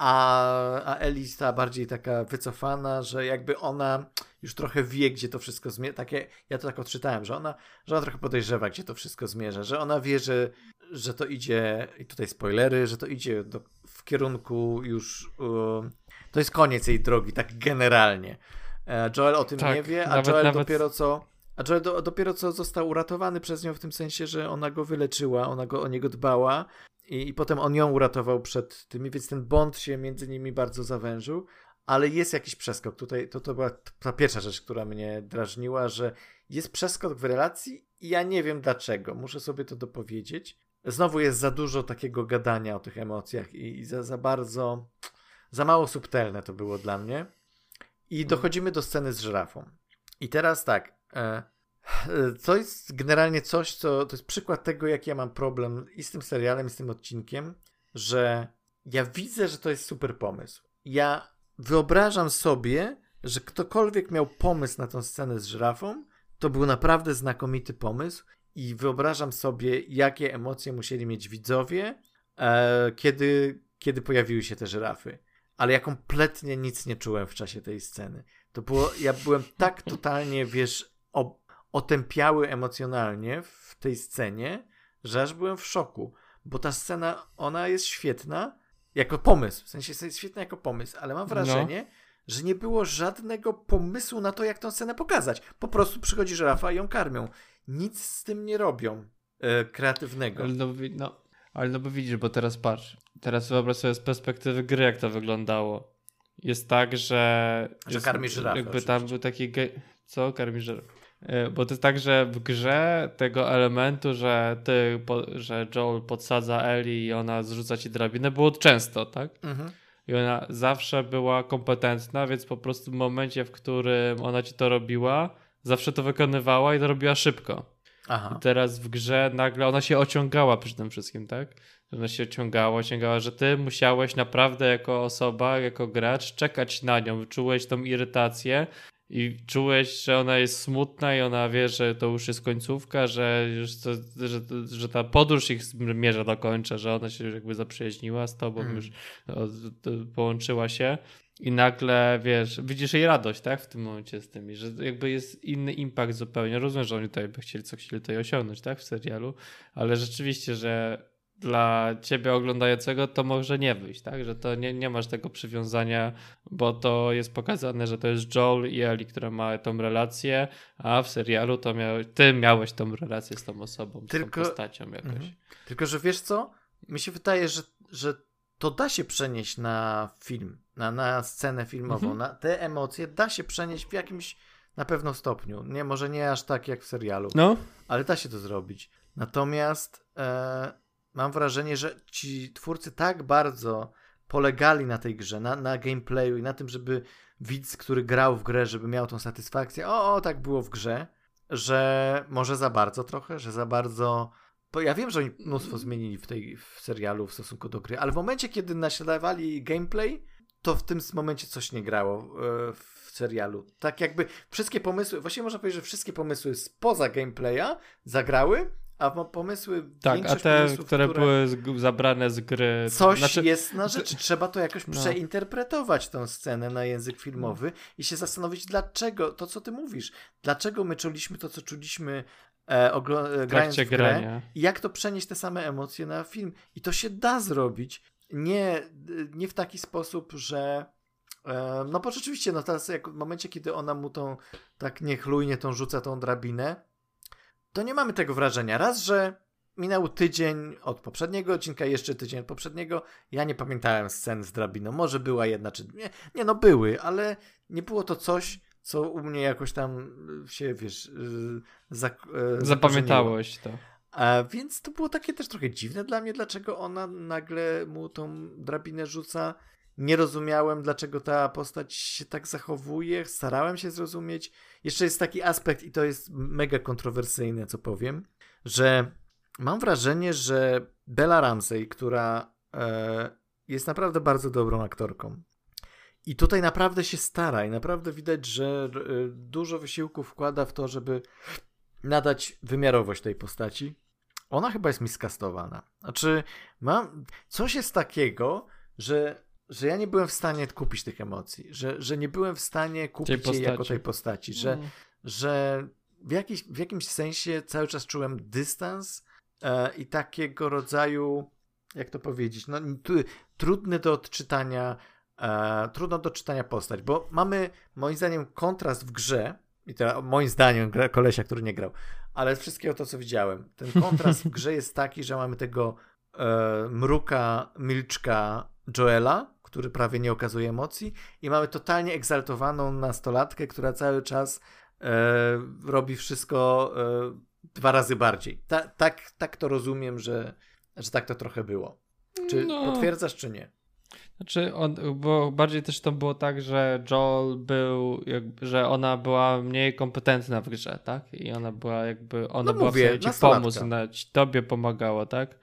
a, a Ellie ta bardziej taka wycofana, że jakby ona już trochę wie, gdzie to wszystko zmierza. Takie, ja to tak odczytałem, że ona, że ona trochę podejrzewa, gdzie to wszystko zmierza, że ona wie, że, że to idzie, i tutaj spoilery, że to idzie do, w kierunku już, uh, to jest koniec jej drogi, tak generalnie. Joel o tym tak, nie wie, a nawet, Joel nawet... dopiero co a Joel do, dopiero co został uratowany przez nią w tym sensie, że ona go wyleczyła, ona go, o niego dbała i, i potem on ją uratował przed tymi, więc ten bond się między nimi bardzo zawężył, ale jest jakiś przeskok. Tutaj to, to była ta pierwsza rzecz, która mnie drażniła, że jest przeskok w relacji i ja nie wiem dlaczego. Muszę sobie to dopowiedzieć. Znowu jest za dużo takiego gadania o tych emocjach i, i za, za bardzo, za mało subtelne to było dla mnie. I dochodzimy do sceny z żyrafą. I teraz tak, e, to jest generalnie coś, co to jest przykład tego, jak ja mam problem i z tym serialem, i z tym odcinkiem, że ja widzę, że to jest super pomysł. Ja wyobrażam sobie, że ktokolwiek miał pomysł na tę scenę z żyrafą, to był naprawdę znakomity pomysł i wyobrażam sobie, jakie emocje musieli mieć widzowie, e, kiedy, kiedy pojawiły się te żyrafy. Ale ja kompletnie nic nie czułem w czasie tej sceny. To było, ja byłem tak totalnie, wiesz, o, otępiały emocjonalnie w tej scenie, że aż byłem w szoku. Bo ta scena, ona jest świetna jako pomysł. W sensie jest świetna jako pomysł, ale mam wrażenie, no. że nie było żadnego pomysłu na to, jak tę scenę pokazać. Po prostu przychodzi żyrafa i ją karmią. Nic z tym nie robią e, kreatywnego. Ale no, no, ale no bo widzisz, bo teraz patrz. Teraz wyobraź sobie z perspektywy gry, jak to wyglądało. Jest tak, że... Że jest, karmi żyrafę. Jakby oczywiście. Tam był taki... Ge- Co? Karmi żyrafę. Bo to jest tak, że w grze tego elementu, że ty, po, że Joel podsadza Ellie i ona zrzuca ci drabinę, było często, tak? Mhm. I ona zawsze była kompetentna, więc po prostu w momencie, w którym ona ci to robiła, zawsze to wykonywała i to robiła szybko. Aha. I teraz w grze nagle ona się ociągała przy tym wszystkim, tak? Ona się ociągała, ociągała, że ty musiałeś naprawdę jako osoba, jako gracz czekać na nią. Czułeś tą irytację i czułeś, że ona jest smutna i ona wie, że to już jest końcówka, że już to, że, że ta podróż ich zmierza do końca, że ona się już jakby zaprzyjaźniła z tobą, Mm. już o, to, połączyła się. I nagle, wiesz, widzisz jej radość, tak, w tym momencie z tymi, że jakby jest inny impact zupełnie. Rozumiem, że oni tutaj by chcieli, co chcieli tutaj osiągnąć, tak, w serialu, ale rzeczywiście, że dla ciebie oglądającego to może nie wyjść, tak, że to nie, nie masz tego przywiązania, bo to jest pokazane, że to jest Joel i Ellie, która ma tą relację, a w serialu to miałeś, ty miałeś tą relację z tą osobą, Tylko... z tą postacią jakoś. Mhm. Tylko, że wiesz co, mi się wydaje, że, że to da się przenieść na film, na, na scenę filmową, Mhm. na te emocje da się przenieść w jakimś na pewno stopniu. Nie, może nie aż tak jak w serialu, No, ale da się to zrobić. Natomiast e, mam wrażenie, że ci twórcy tak bardzo polegali na tej grze, na, na gameplayu i na tym, żeby widz, który grał w grę, żeby miał tą satysfakcję, o, o, tak było w grze, że może za bardzo trochę, że za bardzo... Bo ja wiem, że oni mnóstwo zmienili w tej w serialu w stosunku do gry, ale w momencie, kiedy naśladowali gameplay, to w tym momencie coś nie grało e, w serialu. Tak jakby wszystkie pomysły, właściwie można powiedzieć, że wszystkie pomysły spoza gameplaya zagrały, a mo- pomysły, tak, a większość te, pomysłów, które, były z, zabrane z gry... Coś znaczy, jest na rzeczy. Trzeba to jakoś No. przeinterpretować, tą scenę na język filmowy i się zastanowić, dlaczego, to co ty mówisz, dlaczego my czuliśmy to, co czuliśmy e, oglo- e, w grając trakcie w grę grania. i jak to przenieść te same emocje na film. I to się da zrobić. Nie, nie w taki sposób, że e, no bo rzeczywiście, no teraz jak w momencie, kiedy ona mu tą tak niechlujnie tą rzuca tą drabinę, to nie mamy tego wrażenia. Raz, że minął tydzień od poprzedniego odcinka, jeszcze tydzień od poprzedniego. Ja nie pamiętałem scen z drabiną. Może była jedna, czy nie. Nie, no były, ale nie było to coś, co u mnie jakoś tam się, wiesz, yy, zak- yy, Zapamiętałeś to. A więc to było takie też trochę dziwne dla mnie, dlaczego ona nagle mu tą drabinę rzuca. Nie rozumiałem, dlaczego ta postać się tak zachowuje. Starałem się zrozumieć. Jeszcze jest taki aspekt, i to jest mega kontrowersyjne, co powiem, że mam wrażenie, że Bella Ramsey, która e, jest naprawdę bardzo dobrą aktorką i tutaj naprawdę się stara i naprawdę widać, że e, dużo wysiłku wkłada w to, żeby nadać wymiarowość tej postaci. Ona chyba jest miskastowana. Znaczy, mam coś jest takiego, że że ja nie byłem w stanie kupić tych emocji, że, że nie byłem w stanie kupić jej jako tej postaci, że, Mm. że w, jakiś, w jakimś sensie cały czas czułem dystans e, i takiego rodzaju, jak to powiedzieć, no tu, trudny do odczytania, e, trudno do czytania postać, bo mamy moim zdaniem kontrast w grze, i to moim zdaniem gra kolesia, który nie grał, ale z wszystkiego to, co widziałem, ten kontrast w grze jest taki, że mamy tego e, mruka, milczka Joela, który prawie nie okazuje emocji, i mamy totalnie egzaltowaną nastolatkę, która cały czas e, robi wszystko e, dwa razy bardziej. Ta, tak, tak to rozumiem, że, że tak to trochę było. Czy No. potwierdzasz, czy nie? Znaczy, on, bo bardziej też to było tak, że Joel był, jakby, że ona była mniej kompetentna w grze, tak? I ona była jakby, ona No była mówię, w stanie ci nastolatka. pomóc, ona ci, tobie pomagała, tak?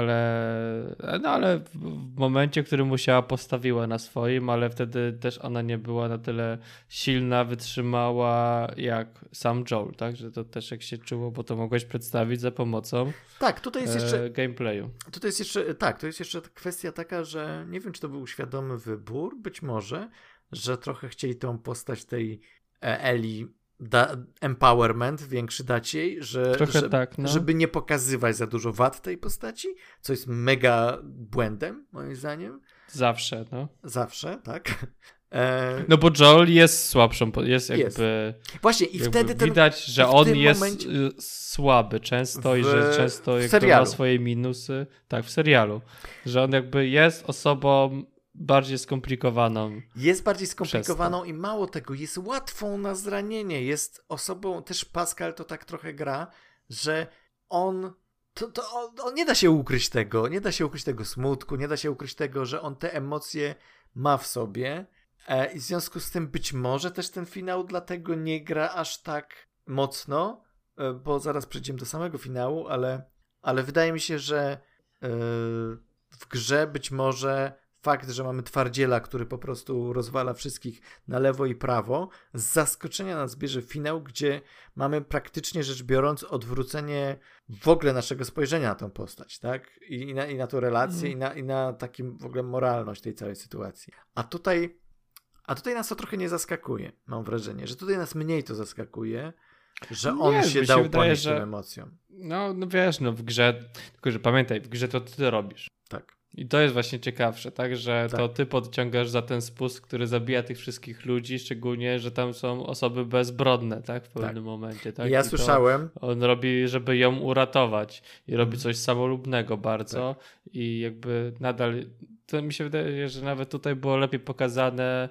Ale, no ale w, w momencie, w którym musiała, postawiła na swoim, ale wtedy też ona nie była na tyle silna, wytrzymała jak sam Joel, tak? Że to też jak się czuło, bo to mogłeś przedstawić za pomocą Tak, tutaj jest jeszcze e, gameplayu. Tutaj jest jeszcze, tak, to jest jeszcze kwestia taka, że nie wiem, czy to był świadomy wybór, być może, że trochę chcieli tą postać tej e, Ellie da, empowerment większy dać jej, że, Trochę że, tak, no. żeby nie pokazywać za dużo wad tej postaci, co jest mega błędem, moim zdaniem. Zawsze, no. Zawsze, tak. E, No bo Joel jest słabszą, po- jest jakby... jest. Właśnie i jakby wtedy ten, widać, że i w on tym jest momencie- y, słaby często i W- że często w jakby serialu. ma swoje minusy. Tak, w serialu. Że on jakby jest osobą bardziej skomplikowaną. Jest bardziej skomplikowaną i mało tego, jest łatwą na zranienie. Jest osobą, też Pascal to tak trochę gra, że on, to, to on, on nie da się ukryć tego, nie da się ukryć tego smutku, nie da się ukryć tego, że on te emocje ma w sobie e, i w związku z tym być może też ten finał dlatego nie gra aż tak mocno, bo zaraz przejdziemy do samego finału, ale, ale wydaje mi się, że w grze być może fakt, że mamy twardziela, który po prostu rozwala wszystkich na lewo i prawo, z zaskoczenia nas bierze finał, gdzie mamy praktycznie rzecz biorąc odwrócenie w ogóle naszego spojrzenia na tą postać, tak? I, i, na, i na tą relację, mm. i, na, i na takim w ogóle moralność tej całej sytuacji. A tutaj, a tutaj nas to trochę nie zaskakuje, mam wrażenie, że tutaj nas mniej to zaskakuje, że on nie, się mi dał się wydaje, ponieść że... tym emocjom. No, no wiesz, no w grze, tylko że pamiętaj, w grze to ty robisz. Tak. I to jest właśnie ciekawsze, tak, że tak. to ty podciągasz za ten spust, który zabija tych wszystkich ludzi, szczególnie, że tam są osoby bezbrodne, tak, w pewnym tak. momencie. Tak? Ja I słyszałem. On robi, żeby ją uratować i robi coś samolubnego bardzo tak. i jakby nadal, to mi się wydaje, że nawet tutaj było lepiej pokazane,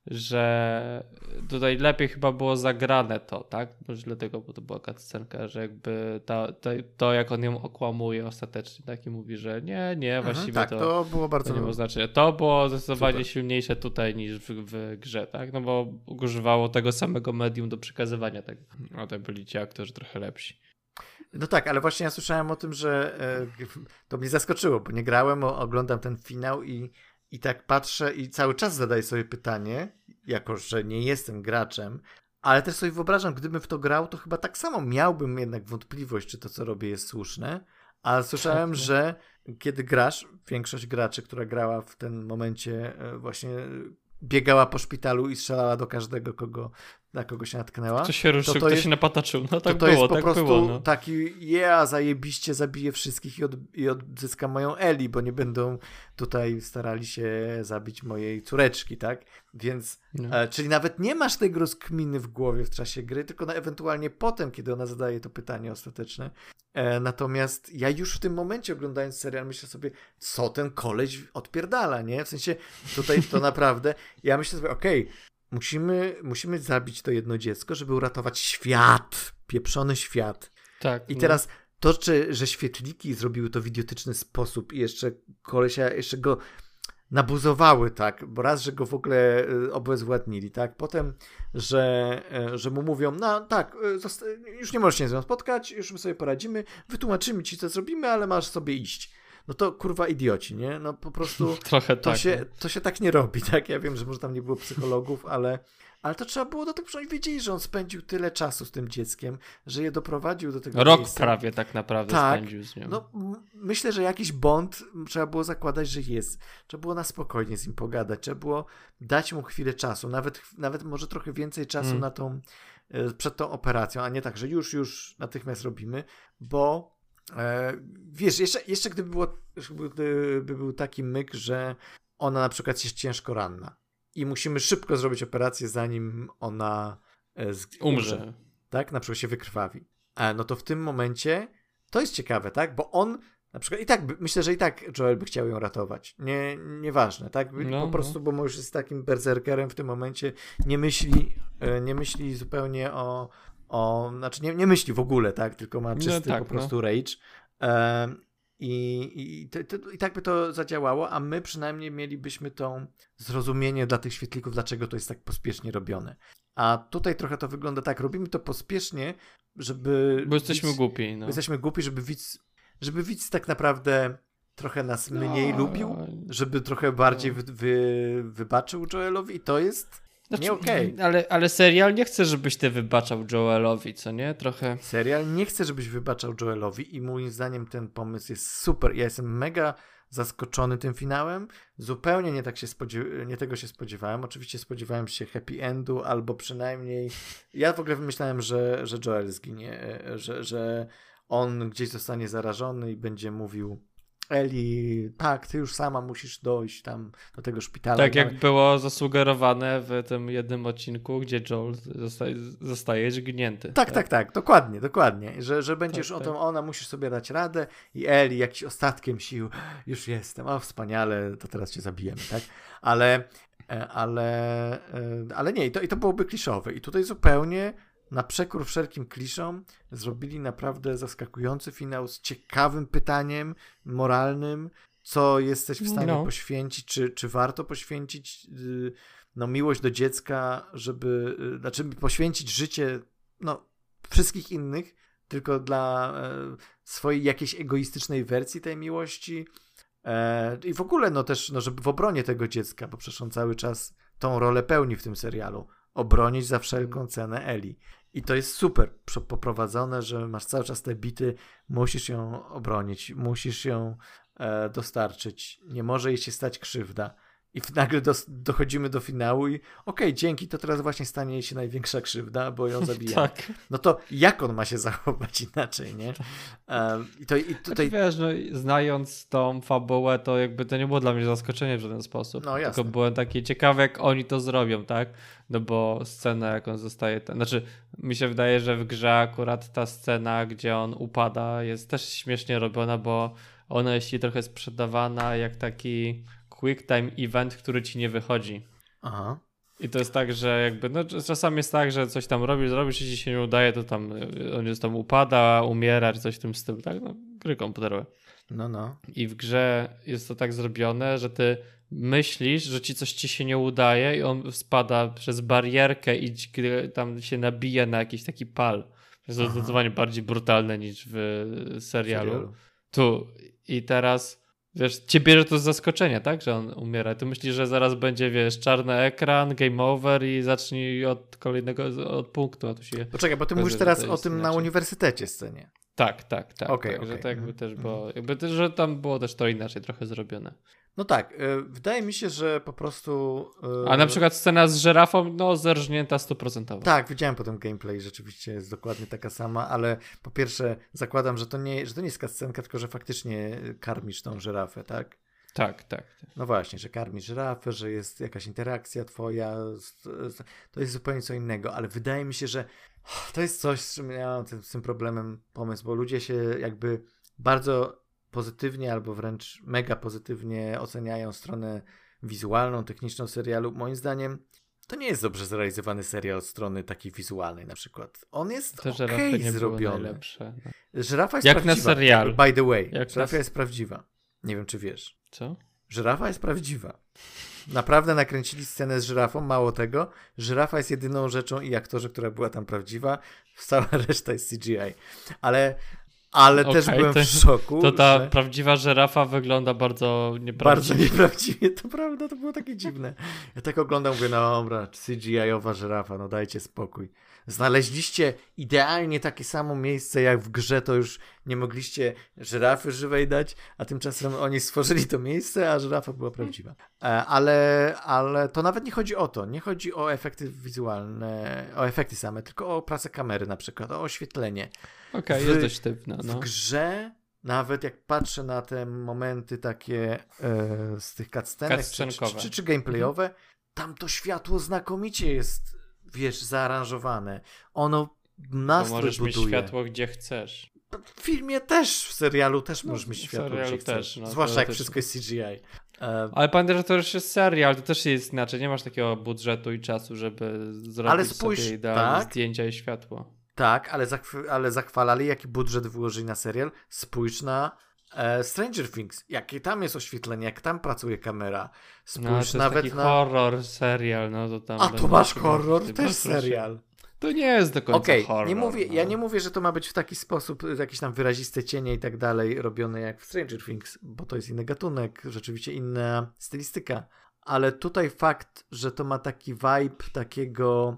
że tutaj lepiej chyba było zagrane to, tak? Może dlatego, bo to była cutscenka, że jakby ta, ta, to, jak on ją okłamuje ostatecznie, tak? I mówi, że nie, nie, właściwie mhm, tak, to, to było bardzo... to nie ma znaczenia. To było zdecydowanie super. silniejsze tutaj niż w, w grze, tak? No bo używało tego samego medium do przekazywania tego. No to byli ci aktorzy trochę lepsi. No tak, ale właśnie ja słyszałem o tym, że e, to mnie zaskoczyło, bo nie grałem, o, oglądam ten finał i I tak patrzę i cały czas zadaję sobie pytanie, jako że nie jestem graczem, ale też sobie wyobrażam, gdybym w to grał, to chyba tak samo miałbym jednak wątpliwość, czy to, co robię, jest słuszne. A słyszałem, tak, że kiedy grasz, większość graczy, która grała w tym momencie, właśnie biegała po szpitalu i strzelała do każdego, kogo, na kogo się natknęła. Kto się ruszył, to to kto jest, się napataczył. No tak to, to było, jest po tak prostu było. No. taki, yeah, zajebiście zabiję wszystkich i, od, i odzyskam moją Eli, bo nie będą tutaj starali się zabić mojej córeczki, tak? Więc, no. e, czyli nawet nie masz tej rozkminy w głowie w czasie gry, tylko na, ewentualnie potem, kiedy ona zadaje to pytanie ostateczne. E, natomiast ja już w tym momencie, oglądając serial, myślę sobie, co ten koleś odpierdala, nie? W sensie tutaj to naprawdę, ja myślę sobie, okej, okay, Musimy, musimy zabić to jedno dziecko, żeby uratować świat. Pieprzony świat. Tak. I no. teraz to, czy, że świetliki zrobiły to w idiotyczny sposób i jeszcze kolesia, jeszcze go nabuzowały, tak, bo raz, że go w ogóle obezwładnili, tak, potem, że, że mu mówią, no tak, już nie możesz się z nią spotkać, już my sobie poradzimy, wytłumaczymy ci, co zrobimy, ale masz sobie iść. No to kurwa idioci, nie? No po prostu Trochę to, tak, się, no. to się tak nie robi, tak? Ja wiem, że może tam nie było psychologów, ale, ale to trzeba było do tego przynajmniej wiedzieć, że on spędził tyle czasu z tym dzieckiem, że je doprowadził do tego Rok miejsca. prawie tak naprawdę tak, spędził z nią. No m- myślę, że jakiś bond trzeba było zakładać, że jest. Trzeba było na spokojnie z nim pogadać, trzeba było dać mu chwilę czasu, nawet, nawet może trochę więcej czasu mm. na tą, przed tą operacją, a nie tak, że już, już natychmiast robimy, bo E, wiesz, jeszcze, jeszcze gdyby, było, gdyby był taki myk, że ona na przykład jest ciężko ranna i musimy szybko zrobić operację, zanim ona e, z, umrze. umrze, tak? Na przykład się wykrwawi. E, no to w tym momencie to jest ciekawe, tak? Bo on na przykład i tak, by, myślę, że i tak Joel by chciał ją ratować. Nie, nieważne, tak? No, po prostu, no. Bo już jest takim berserkerem w tym momencie, nie myśli, e, nie myśli zupełnie o O, znaczy nie, nie myśli w ogóle, tak? Tylko ma czysty no tak, po prostu no. rage. Um, I i, to, to, I tak by to zadziałało, a my przynajmniej mielibyśmy to zrozumienie dla tych świetlików, dlaczego to jest tak pospiesznie robione. A tutaj trochę to wygląda tak, robimy to pospiesznie, żeby... Bo jesteśmy widz, głupi. No. Jesteśmy głupi, żeby widz, żeby widz tak naprawdę trochę nas mniej no. lubił, żeby trochę bardziej no. wy, wy, wybaczył Joelowi i to jest... Znaczy, nie okej. Okay. Ale, ale serial nie chce, żebyś ty wybaczał Joelowi, co nie? Trochę. Serial nie chce, żebyś wybaczał Joelowi i moim zdaniem ten pomysł jest super. Ja jestem mega zaskoczony tym finałem. Zupełnie nie, tak się spodziew- nie tego się spodziewałem. Oczywiście spodziewałem się happy endu, albo przynajmniej... Ja w ogóle wymyślałem, że, że Joel zginie, że, że on gdzieś zostanie zarażony i będzie mówił: Eli, tak, ty już sama musisz dojść tam do tego szpitala. Tak jak było zasugerowane w tym jednym odcinku, gdzie Joel zostaje, zostaje dźgnięty. Tak, tak, tak, tak, dokładnie, dokładnie. Że, że będziesz tak, o tym, tak. ona musisz sobie dać radę i Eli jakiś ostatkiem sił, już jestem, o wspaniale, to teraz cię zabijemy, tak? Ale, ale, ale nie, i to, i to byłoby kliszowe. I tutaj zupełnie na przekór wszelkim kliszom zrobili naprawdę zaskakujący finał z ciekawym pytaniem moralnym, co jesteś w stanie no. poświęcić, czy, czy warto poświęcić no, miłość do dziecka, żeby, znaczy poświęcić życie no, wszystkich innych, tylko dla e, swojej jakiejś egoistycznej wersji tej miłości. E, I w ogóle no też, no, żeby w obronie tego dziecka, bo przecież on cały czas tą rolę pełni w tym serialu. Obronić za wszelką cenę Eli. I to jest super poprowadzone, że masz cały czas te bity, musisz ją obronić, musisz ją e, dostarczyć. Nie może jej się stać krzywda. I nagle do, dochodzimy do finału i okej, okay, dzięki, to teraz właśnie stanie jej się największa krzywda, bo ją zabija. Tak. No to jak on ma się zachować inaczej, nie? Um, i to, i tutaj... Znaczy, wiesz, no, znając tą fabułę, to jakby to nie było dla mnie zaskoczenie w żaden sposób. No jasne. Tylko byłem takie ciekawe, jak oni to zrobią, tak? No bo scena, jak on zostaje... Ten... Znaczy, mi się wydaje, że w grze akurat ta scena, gdzie on upada, jest też śmiesznie robiona, bo ona jest ci trochę sprzedawana jak taki quick time event, który ci nie wychodzi. Aha. I to jest tak, że jakby, no czasami jest tak, że coś tam robisz, zrobisz, jeśli się nie udaje, to tam on jest tam upada, umiera, czy coś w tym stylu, tak? No, gry komputerowe. No, no. I w grze jest to tak zrobione, że ty myślisz, że ci coś ci się nie udaje i on spada przez barierkę i tam się nabija na jakiś taki pal. Jest to zdecydowanie bardziej brutalne niż w serialu. serialu. Tu. I teraz wiesz, cię bierze to z zaskoczenia, tak? Że on umiera. Ty myślisz, że zaraz będzie, wiesz, czarny ekran, game over i zacznij od kolejnego, od punktu, a tu się... Poczekaj, bo ty mówisz teraz o tym inaczej. Na uniwersytecie scenie. Tak, tak, tak. Okay, tak okay. Że to jakby też było, jakby też, że tam było też to inaczej trochę zrobione. No tak, yy, wydaje mi się, że po prostu... Yy... A na przykład scena z żyrafą, no zerżnięta stuprocentowo. Tak, widziałem potem gameplay, rzeczywiście jest dokładnie taka sama, ale po pierwsze zakładam, że to nie, że to nie jest cutscenka, tylko że faktycznie karmisz tą żyrafę, tak? Tak, tak, tak. No właśnie, że karmisz żyrafę, że jest jakaś interakcja twoja, to jest zupełnie co innego, ale wydaje mi się, że to jest coś, z czym ja mam z tym problemem pomysł, bo ludzie się jakby bardzo pozytywnie albo wręcz mega pozytywnie oceniają stronę wizualną, techniczną serialu. Moim zdaniem to nie jest dobrze zrealizowany serial od strony takiej wizualnej na przykład. On jest okej okay zrobiony. No. Żyrafa jest Jak prawdziwa. na serial. By the way, Jak żyrafa na... jest prawdziwa. Nie wiem, czy wiesz. Co? Żyrafa jest prawdziwa. Naprawdę nakręcili scenę z żyrafą, mało tego. Żyrafa jest jedyną rzeczą i aktorze, która była tam prawdziwa. Cała reszta jest C G I. Ale... Ale okay, też byłem to, w szoku. To ta że... prawdziwa żyrafa wygląda bardzo nieprawdziwie. Bardzo nieprawdziwie, to prawda, to było takie dziwne. Ja tak oglądam, mówię, no dobra, C G I-owa żyrafa, no dajcie spokój. Znaleźliście idealnie takie samo miejsce jak w grze, to już nie mogliście żyrafy żywej dać, a tymczasem oni stworzyli to miejsce, a żyrafa była prawdziwa. Ale, ale to nawet nie chodzi o to, nie chodzi o efekty wizualne, o efekty same, tylko o pracę kamery na przykład, o oświetlenie. Okej, okay, jest dość sztywna. No. W grze, nawet jak patrzę na te momenty takie e, z tych cutscenek, czy, czy, czy, czy gameplayowe, mhm. tam to światło znakomicie jest, wiesz, zaaranżowane. Ono nastrój możesz buduje. mieć światło gdzie chcesz. W filmie też, w serialu też no, możesz mieć światło gdzie chcesz. też, no, zwłaszcza jak też... wszystko jest C G I. E... Ale pamiętaj, że to już jest serial, to też jest inaczej. Nie masz takiego budżetu i czasu, żeby zrobić Ale spójrz, sobie idealne tak? zdjęcia i światło. Tak, ale, zachw- ale zachwalali, jaki budżet wyłożyli na serial. Spójrz na e, Stranger Things. Jakie tam jest oświetlenie, jak tam pracuje kamera. Spójrz no, to nawet jest taki na... horror serial. No, to tam A to masz horror? Też serial. To nie jest do końca okay, horror. Nie mówię, no. Ja nie mówię, że to ma być w taki sposób, jakieś tam wyraziste cienie i tak dalej robione jak w Stranger Things, bo to jest inny gatunek, rzeczywiście inna stylistyka. Ale tutaj fakt, że to ma taki vibe takiego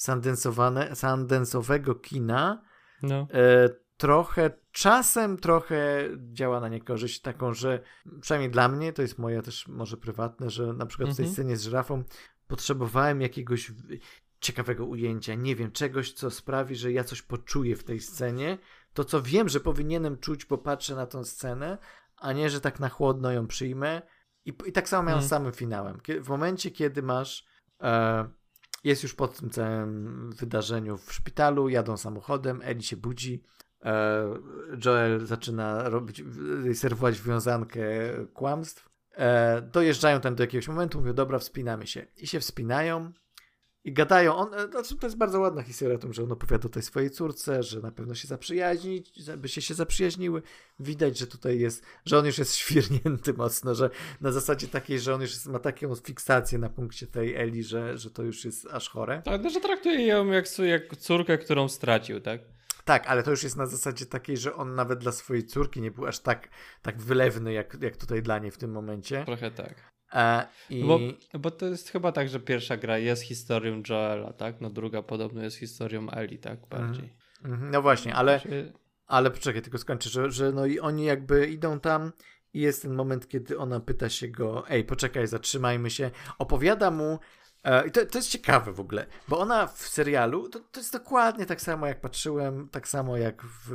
sundance'owego kina, no. e, trochę, czasem trochę działa na niekorzyść taką, że przynajmniej dla mnie, to jest moje też może prywatne, że na przykład w tej scenie z żyrafą potrzebowałem jakiegoś ciekawego ujęcia, nie wiem, czegoś, co sprawi, że ja coś poczuję w tej scenie, to co wiem, że powinienem czuć, bo patrzę na tą scenę, a nie, że tak na chłodno ją przyjmę. I, i tak samo miałem mm. z samym finałem. W momencie, kiedy masz e, jest już po tym całym wydarzeniu w szpitalu, jadą samochodem, Ellie się budzi, e, Joel zaczyna robić, serwować wiązankę kłamstw, e, dojeżdżają tam do jakiegoś momentu, mówią, dobra, wspinamy się. I się wspinają i gadają. On, znaczy to jest bardzo ładna historia o tym, że on opowiada o tej swojej córce, że na pewno się zaprzyjaźni, by się się zaprzyjaźniły. Widać, że tutaj jest, że on już jest świrnięty mocno, że na zasadzie takiej, że on już jest, ma taką fiksację na punkcie tej Eli, że, że to już jest aż chore. Tak, no, że traktuje ją jak, jak córkę, którą stracił, tak? Tak, ale to już jest na zasadzie takiej, że on nawet dla swojej córki nie był aż tak, tak wylewny, jak, jak tutaj dla niej w tym momencie. Trochę tak. E, i... Bo, bo to jest chyba tak, że pierwsza gra jest historią Joela, tak? No druga podobno jest historią Eli, tak? Bardziej. Mm, no właśnie, ale, Czy... ale poczekaj, tylko skończę, że, że no i oni jakby idą tam i jest ten moment, kiedy ona pyta się go, ej, poczekaj, zatrzymajmy się. Opowiada mu, e, i to, to jest ciekawe w ogóle, bo ona w serialu, to, to jest dokładnie tak samo, jak patrzyłem, tak samo jak w,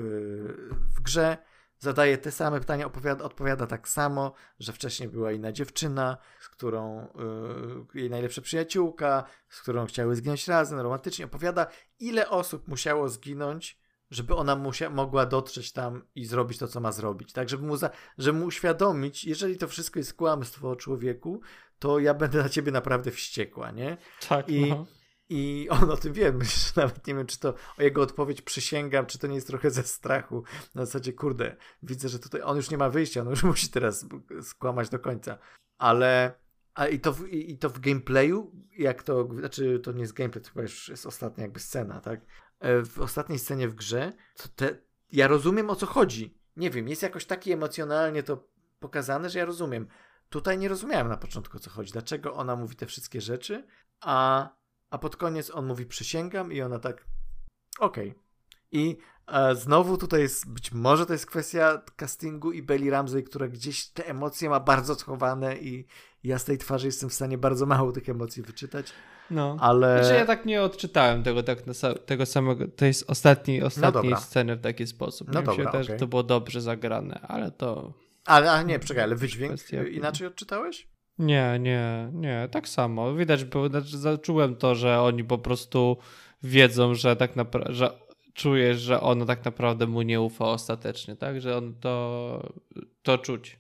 w grze, zadaje te same pytania, opowiada, odpowiada tak samo, że wcześniej była inna dziewczyna, z którą y, jej najlepsza przyjaciółka, z którą chciały zginąć razem, romantycznie. Opowiada, ile osób musiało zginąć, żeby ona musia- mogła dotrzeć tam i zrobić to, co ma zrobić. Tak, żeby mu, za- żeby mu uświadomić, jeżeli to wszystko jest kłamstwo o człowieku, to ja będę na ciebie naprawdę wściekła, nie? Tak, I, no. I on o tym wie, myślę, że nawet nie wiem, czy to o jego odpowiedź przysięgam, czy to nie jest trochę ze strachu. Na zasadzie, kurde, widzę, że tutaj on już nie ma wyjścia, on już musi teraz skłamać do końca. Ale a i, to w, i, i to w gameplayu, jak to, znaczy to nie jest gameplay, to chyba już jest ostatnia jakby scena, tak? W ostatniej scenie w grze, to te, ja rozumiem, o co chodzi. Nie wiem, jest jakoś taki emocjonalnie to pokazane, że ja rozumiem. Tutaj nie rozumiałem na początku, o co chodzi. Dlaczego ona mówi te wszystkie rzeczy, a A pod koniec on mówi przysięgam i ona tak okej. Okay. I e, znowu tutaj jest, być może to jest kwestia castingu i Belly Ramsey, która gdzieś te emocje ma bardzo schowane i ja z tej twarzy jestem w stanie bardzo mało tych emocji wyczytać. No. Ale... Znaczy ja tak nie odczytałem tego, tak na sa- tego samego, to jest ostatniej, ostatniej No sceny w taki sposób. No Mi dobra, się też okay. to było dobrze zagrane, ale to... Ale, ale nie, czekaj, ale wydźwięk Kwestia... inaczej odczytałeś? Nie, nie, nie, tak samo. Widać, bo znaczy, zaczułem to, że oni po prostu wiedzą, że tak naprawdę, że czujesz, że ona tak naprawdę mu nie ufa ostatecznie, tak? Że on to, to czuć.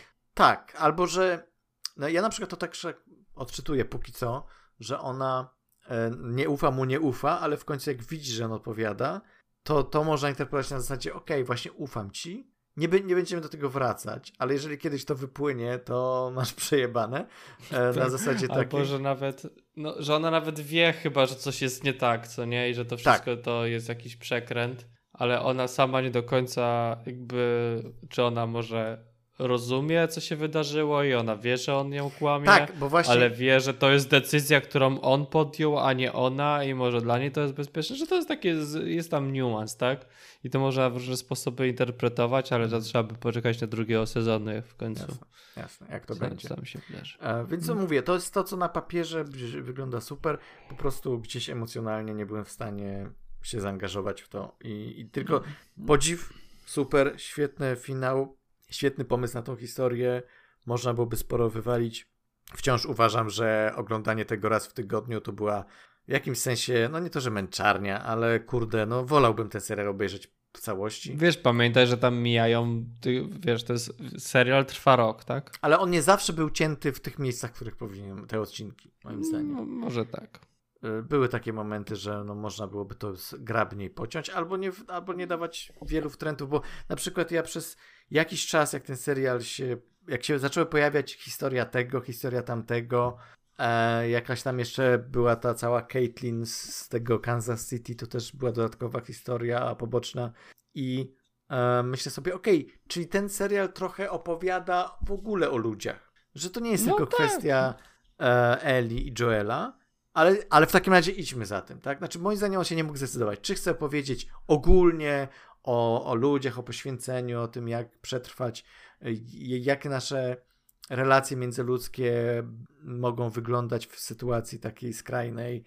Tak, albo że no ja na przykład to tak odczytuję póki co, że ona e, nie ufa mu, nie ufa, ale w końcu jak widzi, że on odpowiada, to to można interpretować na zasadzie okej, okay, właśnie ufam ci, Nie, by, nie będziemy do tego wracać, ale jeżeli kiedyś to wypłynie, to masz przejebane. E, na zasadzie takiej. Albo, że nawet, no, że ona nawet wie chyba, że coś jest nie tak, co nie? I że to wszystko tak. to jest jakiś przekręt, ale ona sama nie do końca jakby, czy ona może rozumie, co się wydarzyło i ona wie, że on ją kłamie, tak, bo właśnie... ale wie, że to jest decyzja, którą on podjął, a nie ona i może dla niej to jest bezpieczne, że to jest takie, jest tam niuans, tak? I to można w różne sposoby interpretować, ale to trzeba by poczekać na drugiego sezonu w końcu. Jasne, jasne jak to co, będzie. Co tam się wydarzy. E, więc co mówię, to jest to, co na papierze wygląda super, po prostu gdzieś emocjonalnie nie byłem w stanie się zaangażować w to i, i tylko podziw, super, świetny finał, świetny pomysł na tą historię, można byłoby sporo wywalić. Wciąż uważam, że oglądanie tego raz w tygodniu to była w jakimś sensie, no nie to, że męczarnia, ale kurde, no wolałbym ten serial obejrzeć w całości. Wiesz, pamiętaj, że tam mijają, ty, wiesz, to jest, serial trwa rok, tak? Ale on nie zawsze był cięty w tych miejscach, w których powinien, te odcinki, moim zdaniem. No, może tak. Były takie momenty, że no można byłoby to grabniej pociąć, albo nie, albo nie dawać wielu wtrętów, bo na przykład ja przez jakiś czas, jak ten serial się, jak się zaczęły pojawiać historia tego, historia tamtego, e, jakaś tam jeszcze była ta cała Caitlyn z, z tego Kansas City, to też była dodatkowa historia poboczna i e, myślę sobie, okej, okay, czyli ten serial trochę opowiada w ogóle o ludziach, że to nie jest no tylko tak. kwestia e, Eli i Joela, Ale, ale w takim razie idźmy za tym, tak? Znaczy moim zdaniem on się nie mógł zdecydować, czy chce powiedzieć ogólnie o, o ludziach, o poświęceniu, o tym jak przetrwać, jakie nasze relacje międzyludzkie mogą wyglądać w sytuacji takiej skrajnej,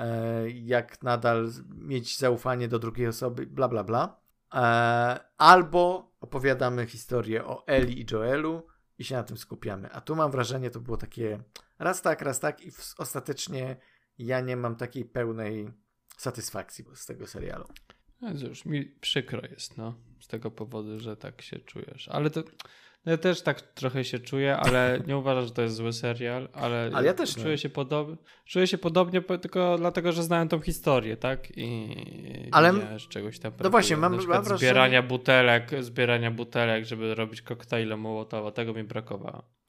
jak nadal mieć zaufanie do drugiej osoby, bla bla bla. Albo opowiadamy historię o Eli i Joelu i się na tym skupiamy. A tu mam wrażenie, to było takie raz tak, raz tak i w, ostatecznie ja nie mam takiej pełnej satysfakcji z tego serialu. No już mi przykro jest, no, z tego powodu, że tak się czujesz. Ale to, no ja też tak trochę się czuję, ale nie uważam, że to jest zły serial, ale, ale ja też czuję nie. się podobnie, czuję się podobnie tylko dlatego, że znałem tą historię, tak? I ale nie, że czegoś tam no właśnie, mam, na mam zbierania butelek, zbierania butelek, żeby robić koktajle Mołotowa, tego mi brakowało.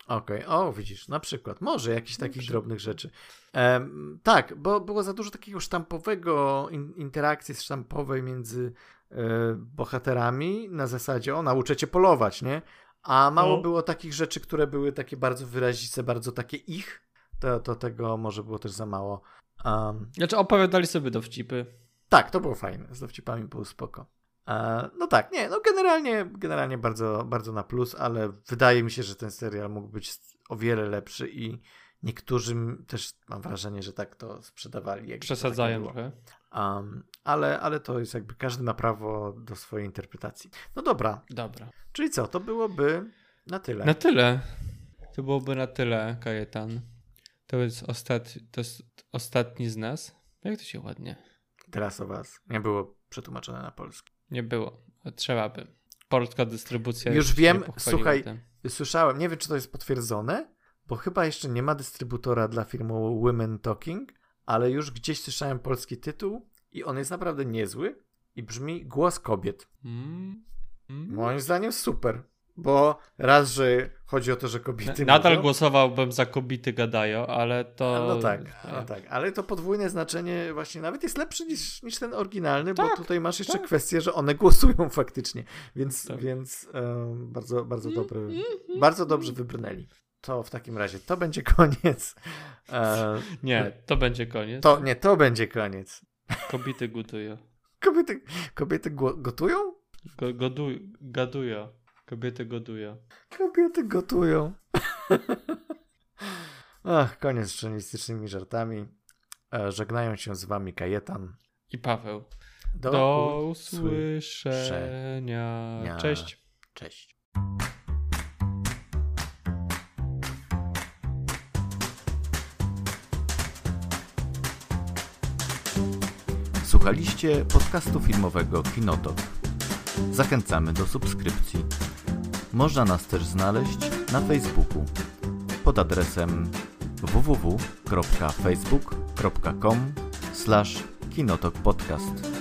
Okej, okay. O, widzisz, na przykład, może jakichś takich przykład. drobnych rzeczy. Um, tak, bo było za dużo takiego sztampowego, in, interakcji sztampowej między e, bohaterami na zasadzie, o, nauczę cię polować, nie? A mało no. było takich rzeczy, które były takie bardzo wyraziste, bardzo takie ich, to, to tego może było też za mało. Um, znaczy opowiadali sobie dowcipy. Tak, to było fajne, z dowcipami było spoko. E, no tak, nie, no generalnie, generalnie bardzo, bardzo na plus, ale wydaje mi się, że ten serial mógł być o wiele lepszy i niektórzy też mam wrażenie, że tak to sprzedawali. Jak Przesadzają to trochę. Um, ale, ale to jest jakby, każdy ma prawo do swojej interpretacji. No dobra. Dobra. Czyli co, to byłoby na tyle. Na tyle. To byłoby na tyle, Kajetan. To jest, ostatni, to jest ostatni z nas. Jak to się ładnie? Teraz o was. Nie było przetłumaczone na polski. Nie było. Trzeba by. Polska dystrybucja. Już wiem, słuchaj, słyszałem, nie wiem, czy to jest potwierdzone, bo chyba jeszcze nie ma dystrybutora dla firmy Women Talking, ale już gdzieś słyszałem polski tytuł i on jest naprawdę niezły i brzmi Głos kobiet. Mm. Mm. Moim zdaniem super, bo raz, że chodzi o to, że kobiety Nadal mówią. głosowałbym za kobiety gadają, ale to... No tak, no tak, ale to podwójne znaczenie właśnie nawet jest lepsze niż, niż ten oryginalny, tak, bo tutaj masz jeszcze tak. kwestię, że one głosują faktycznie, więc, tak. więc um, bardzo, bardzo dobre, bardzo dobrze wybrnęli. To w takim razie to będzie koniec. E, nie, to będzie koniec. To, nie, to będzie koniec. Kobiety gotują. Kobiety, kobiety go, gotują? Go, goduj, gadują. Kobiety gotują. Kobiety gotują. Ach, koniec z szowinistycznymi żartami. E, żegnają się z wami Kajetan i Paweł. Do, Do usłyszenia. Cześć. Cześć. Słuchaliście podcastu filmowego Kinotok. Zachęcamy do subskrypcji. Można nas też znaleźć na Facebooku pod adresem w w w kropka facebook kropka com slash kinotokpodcast.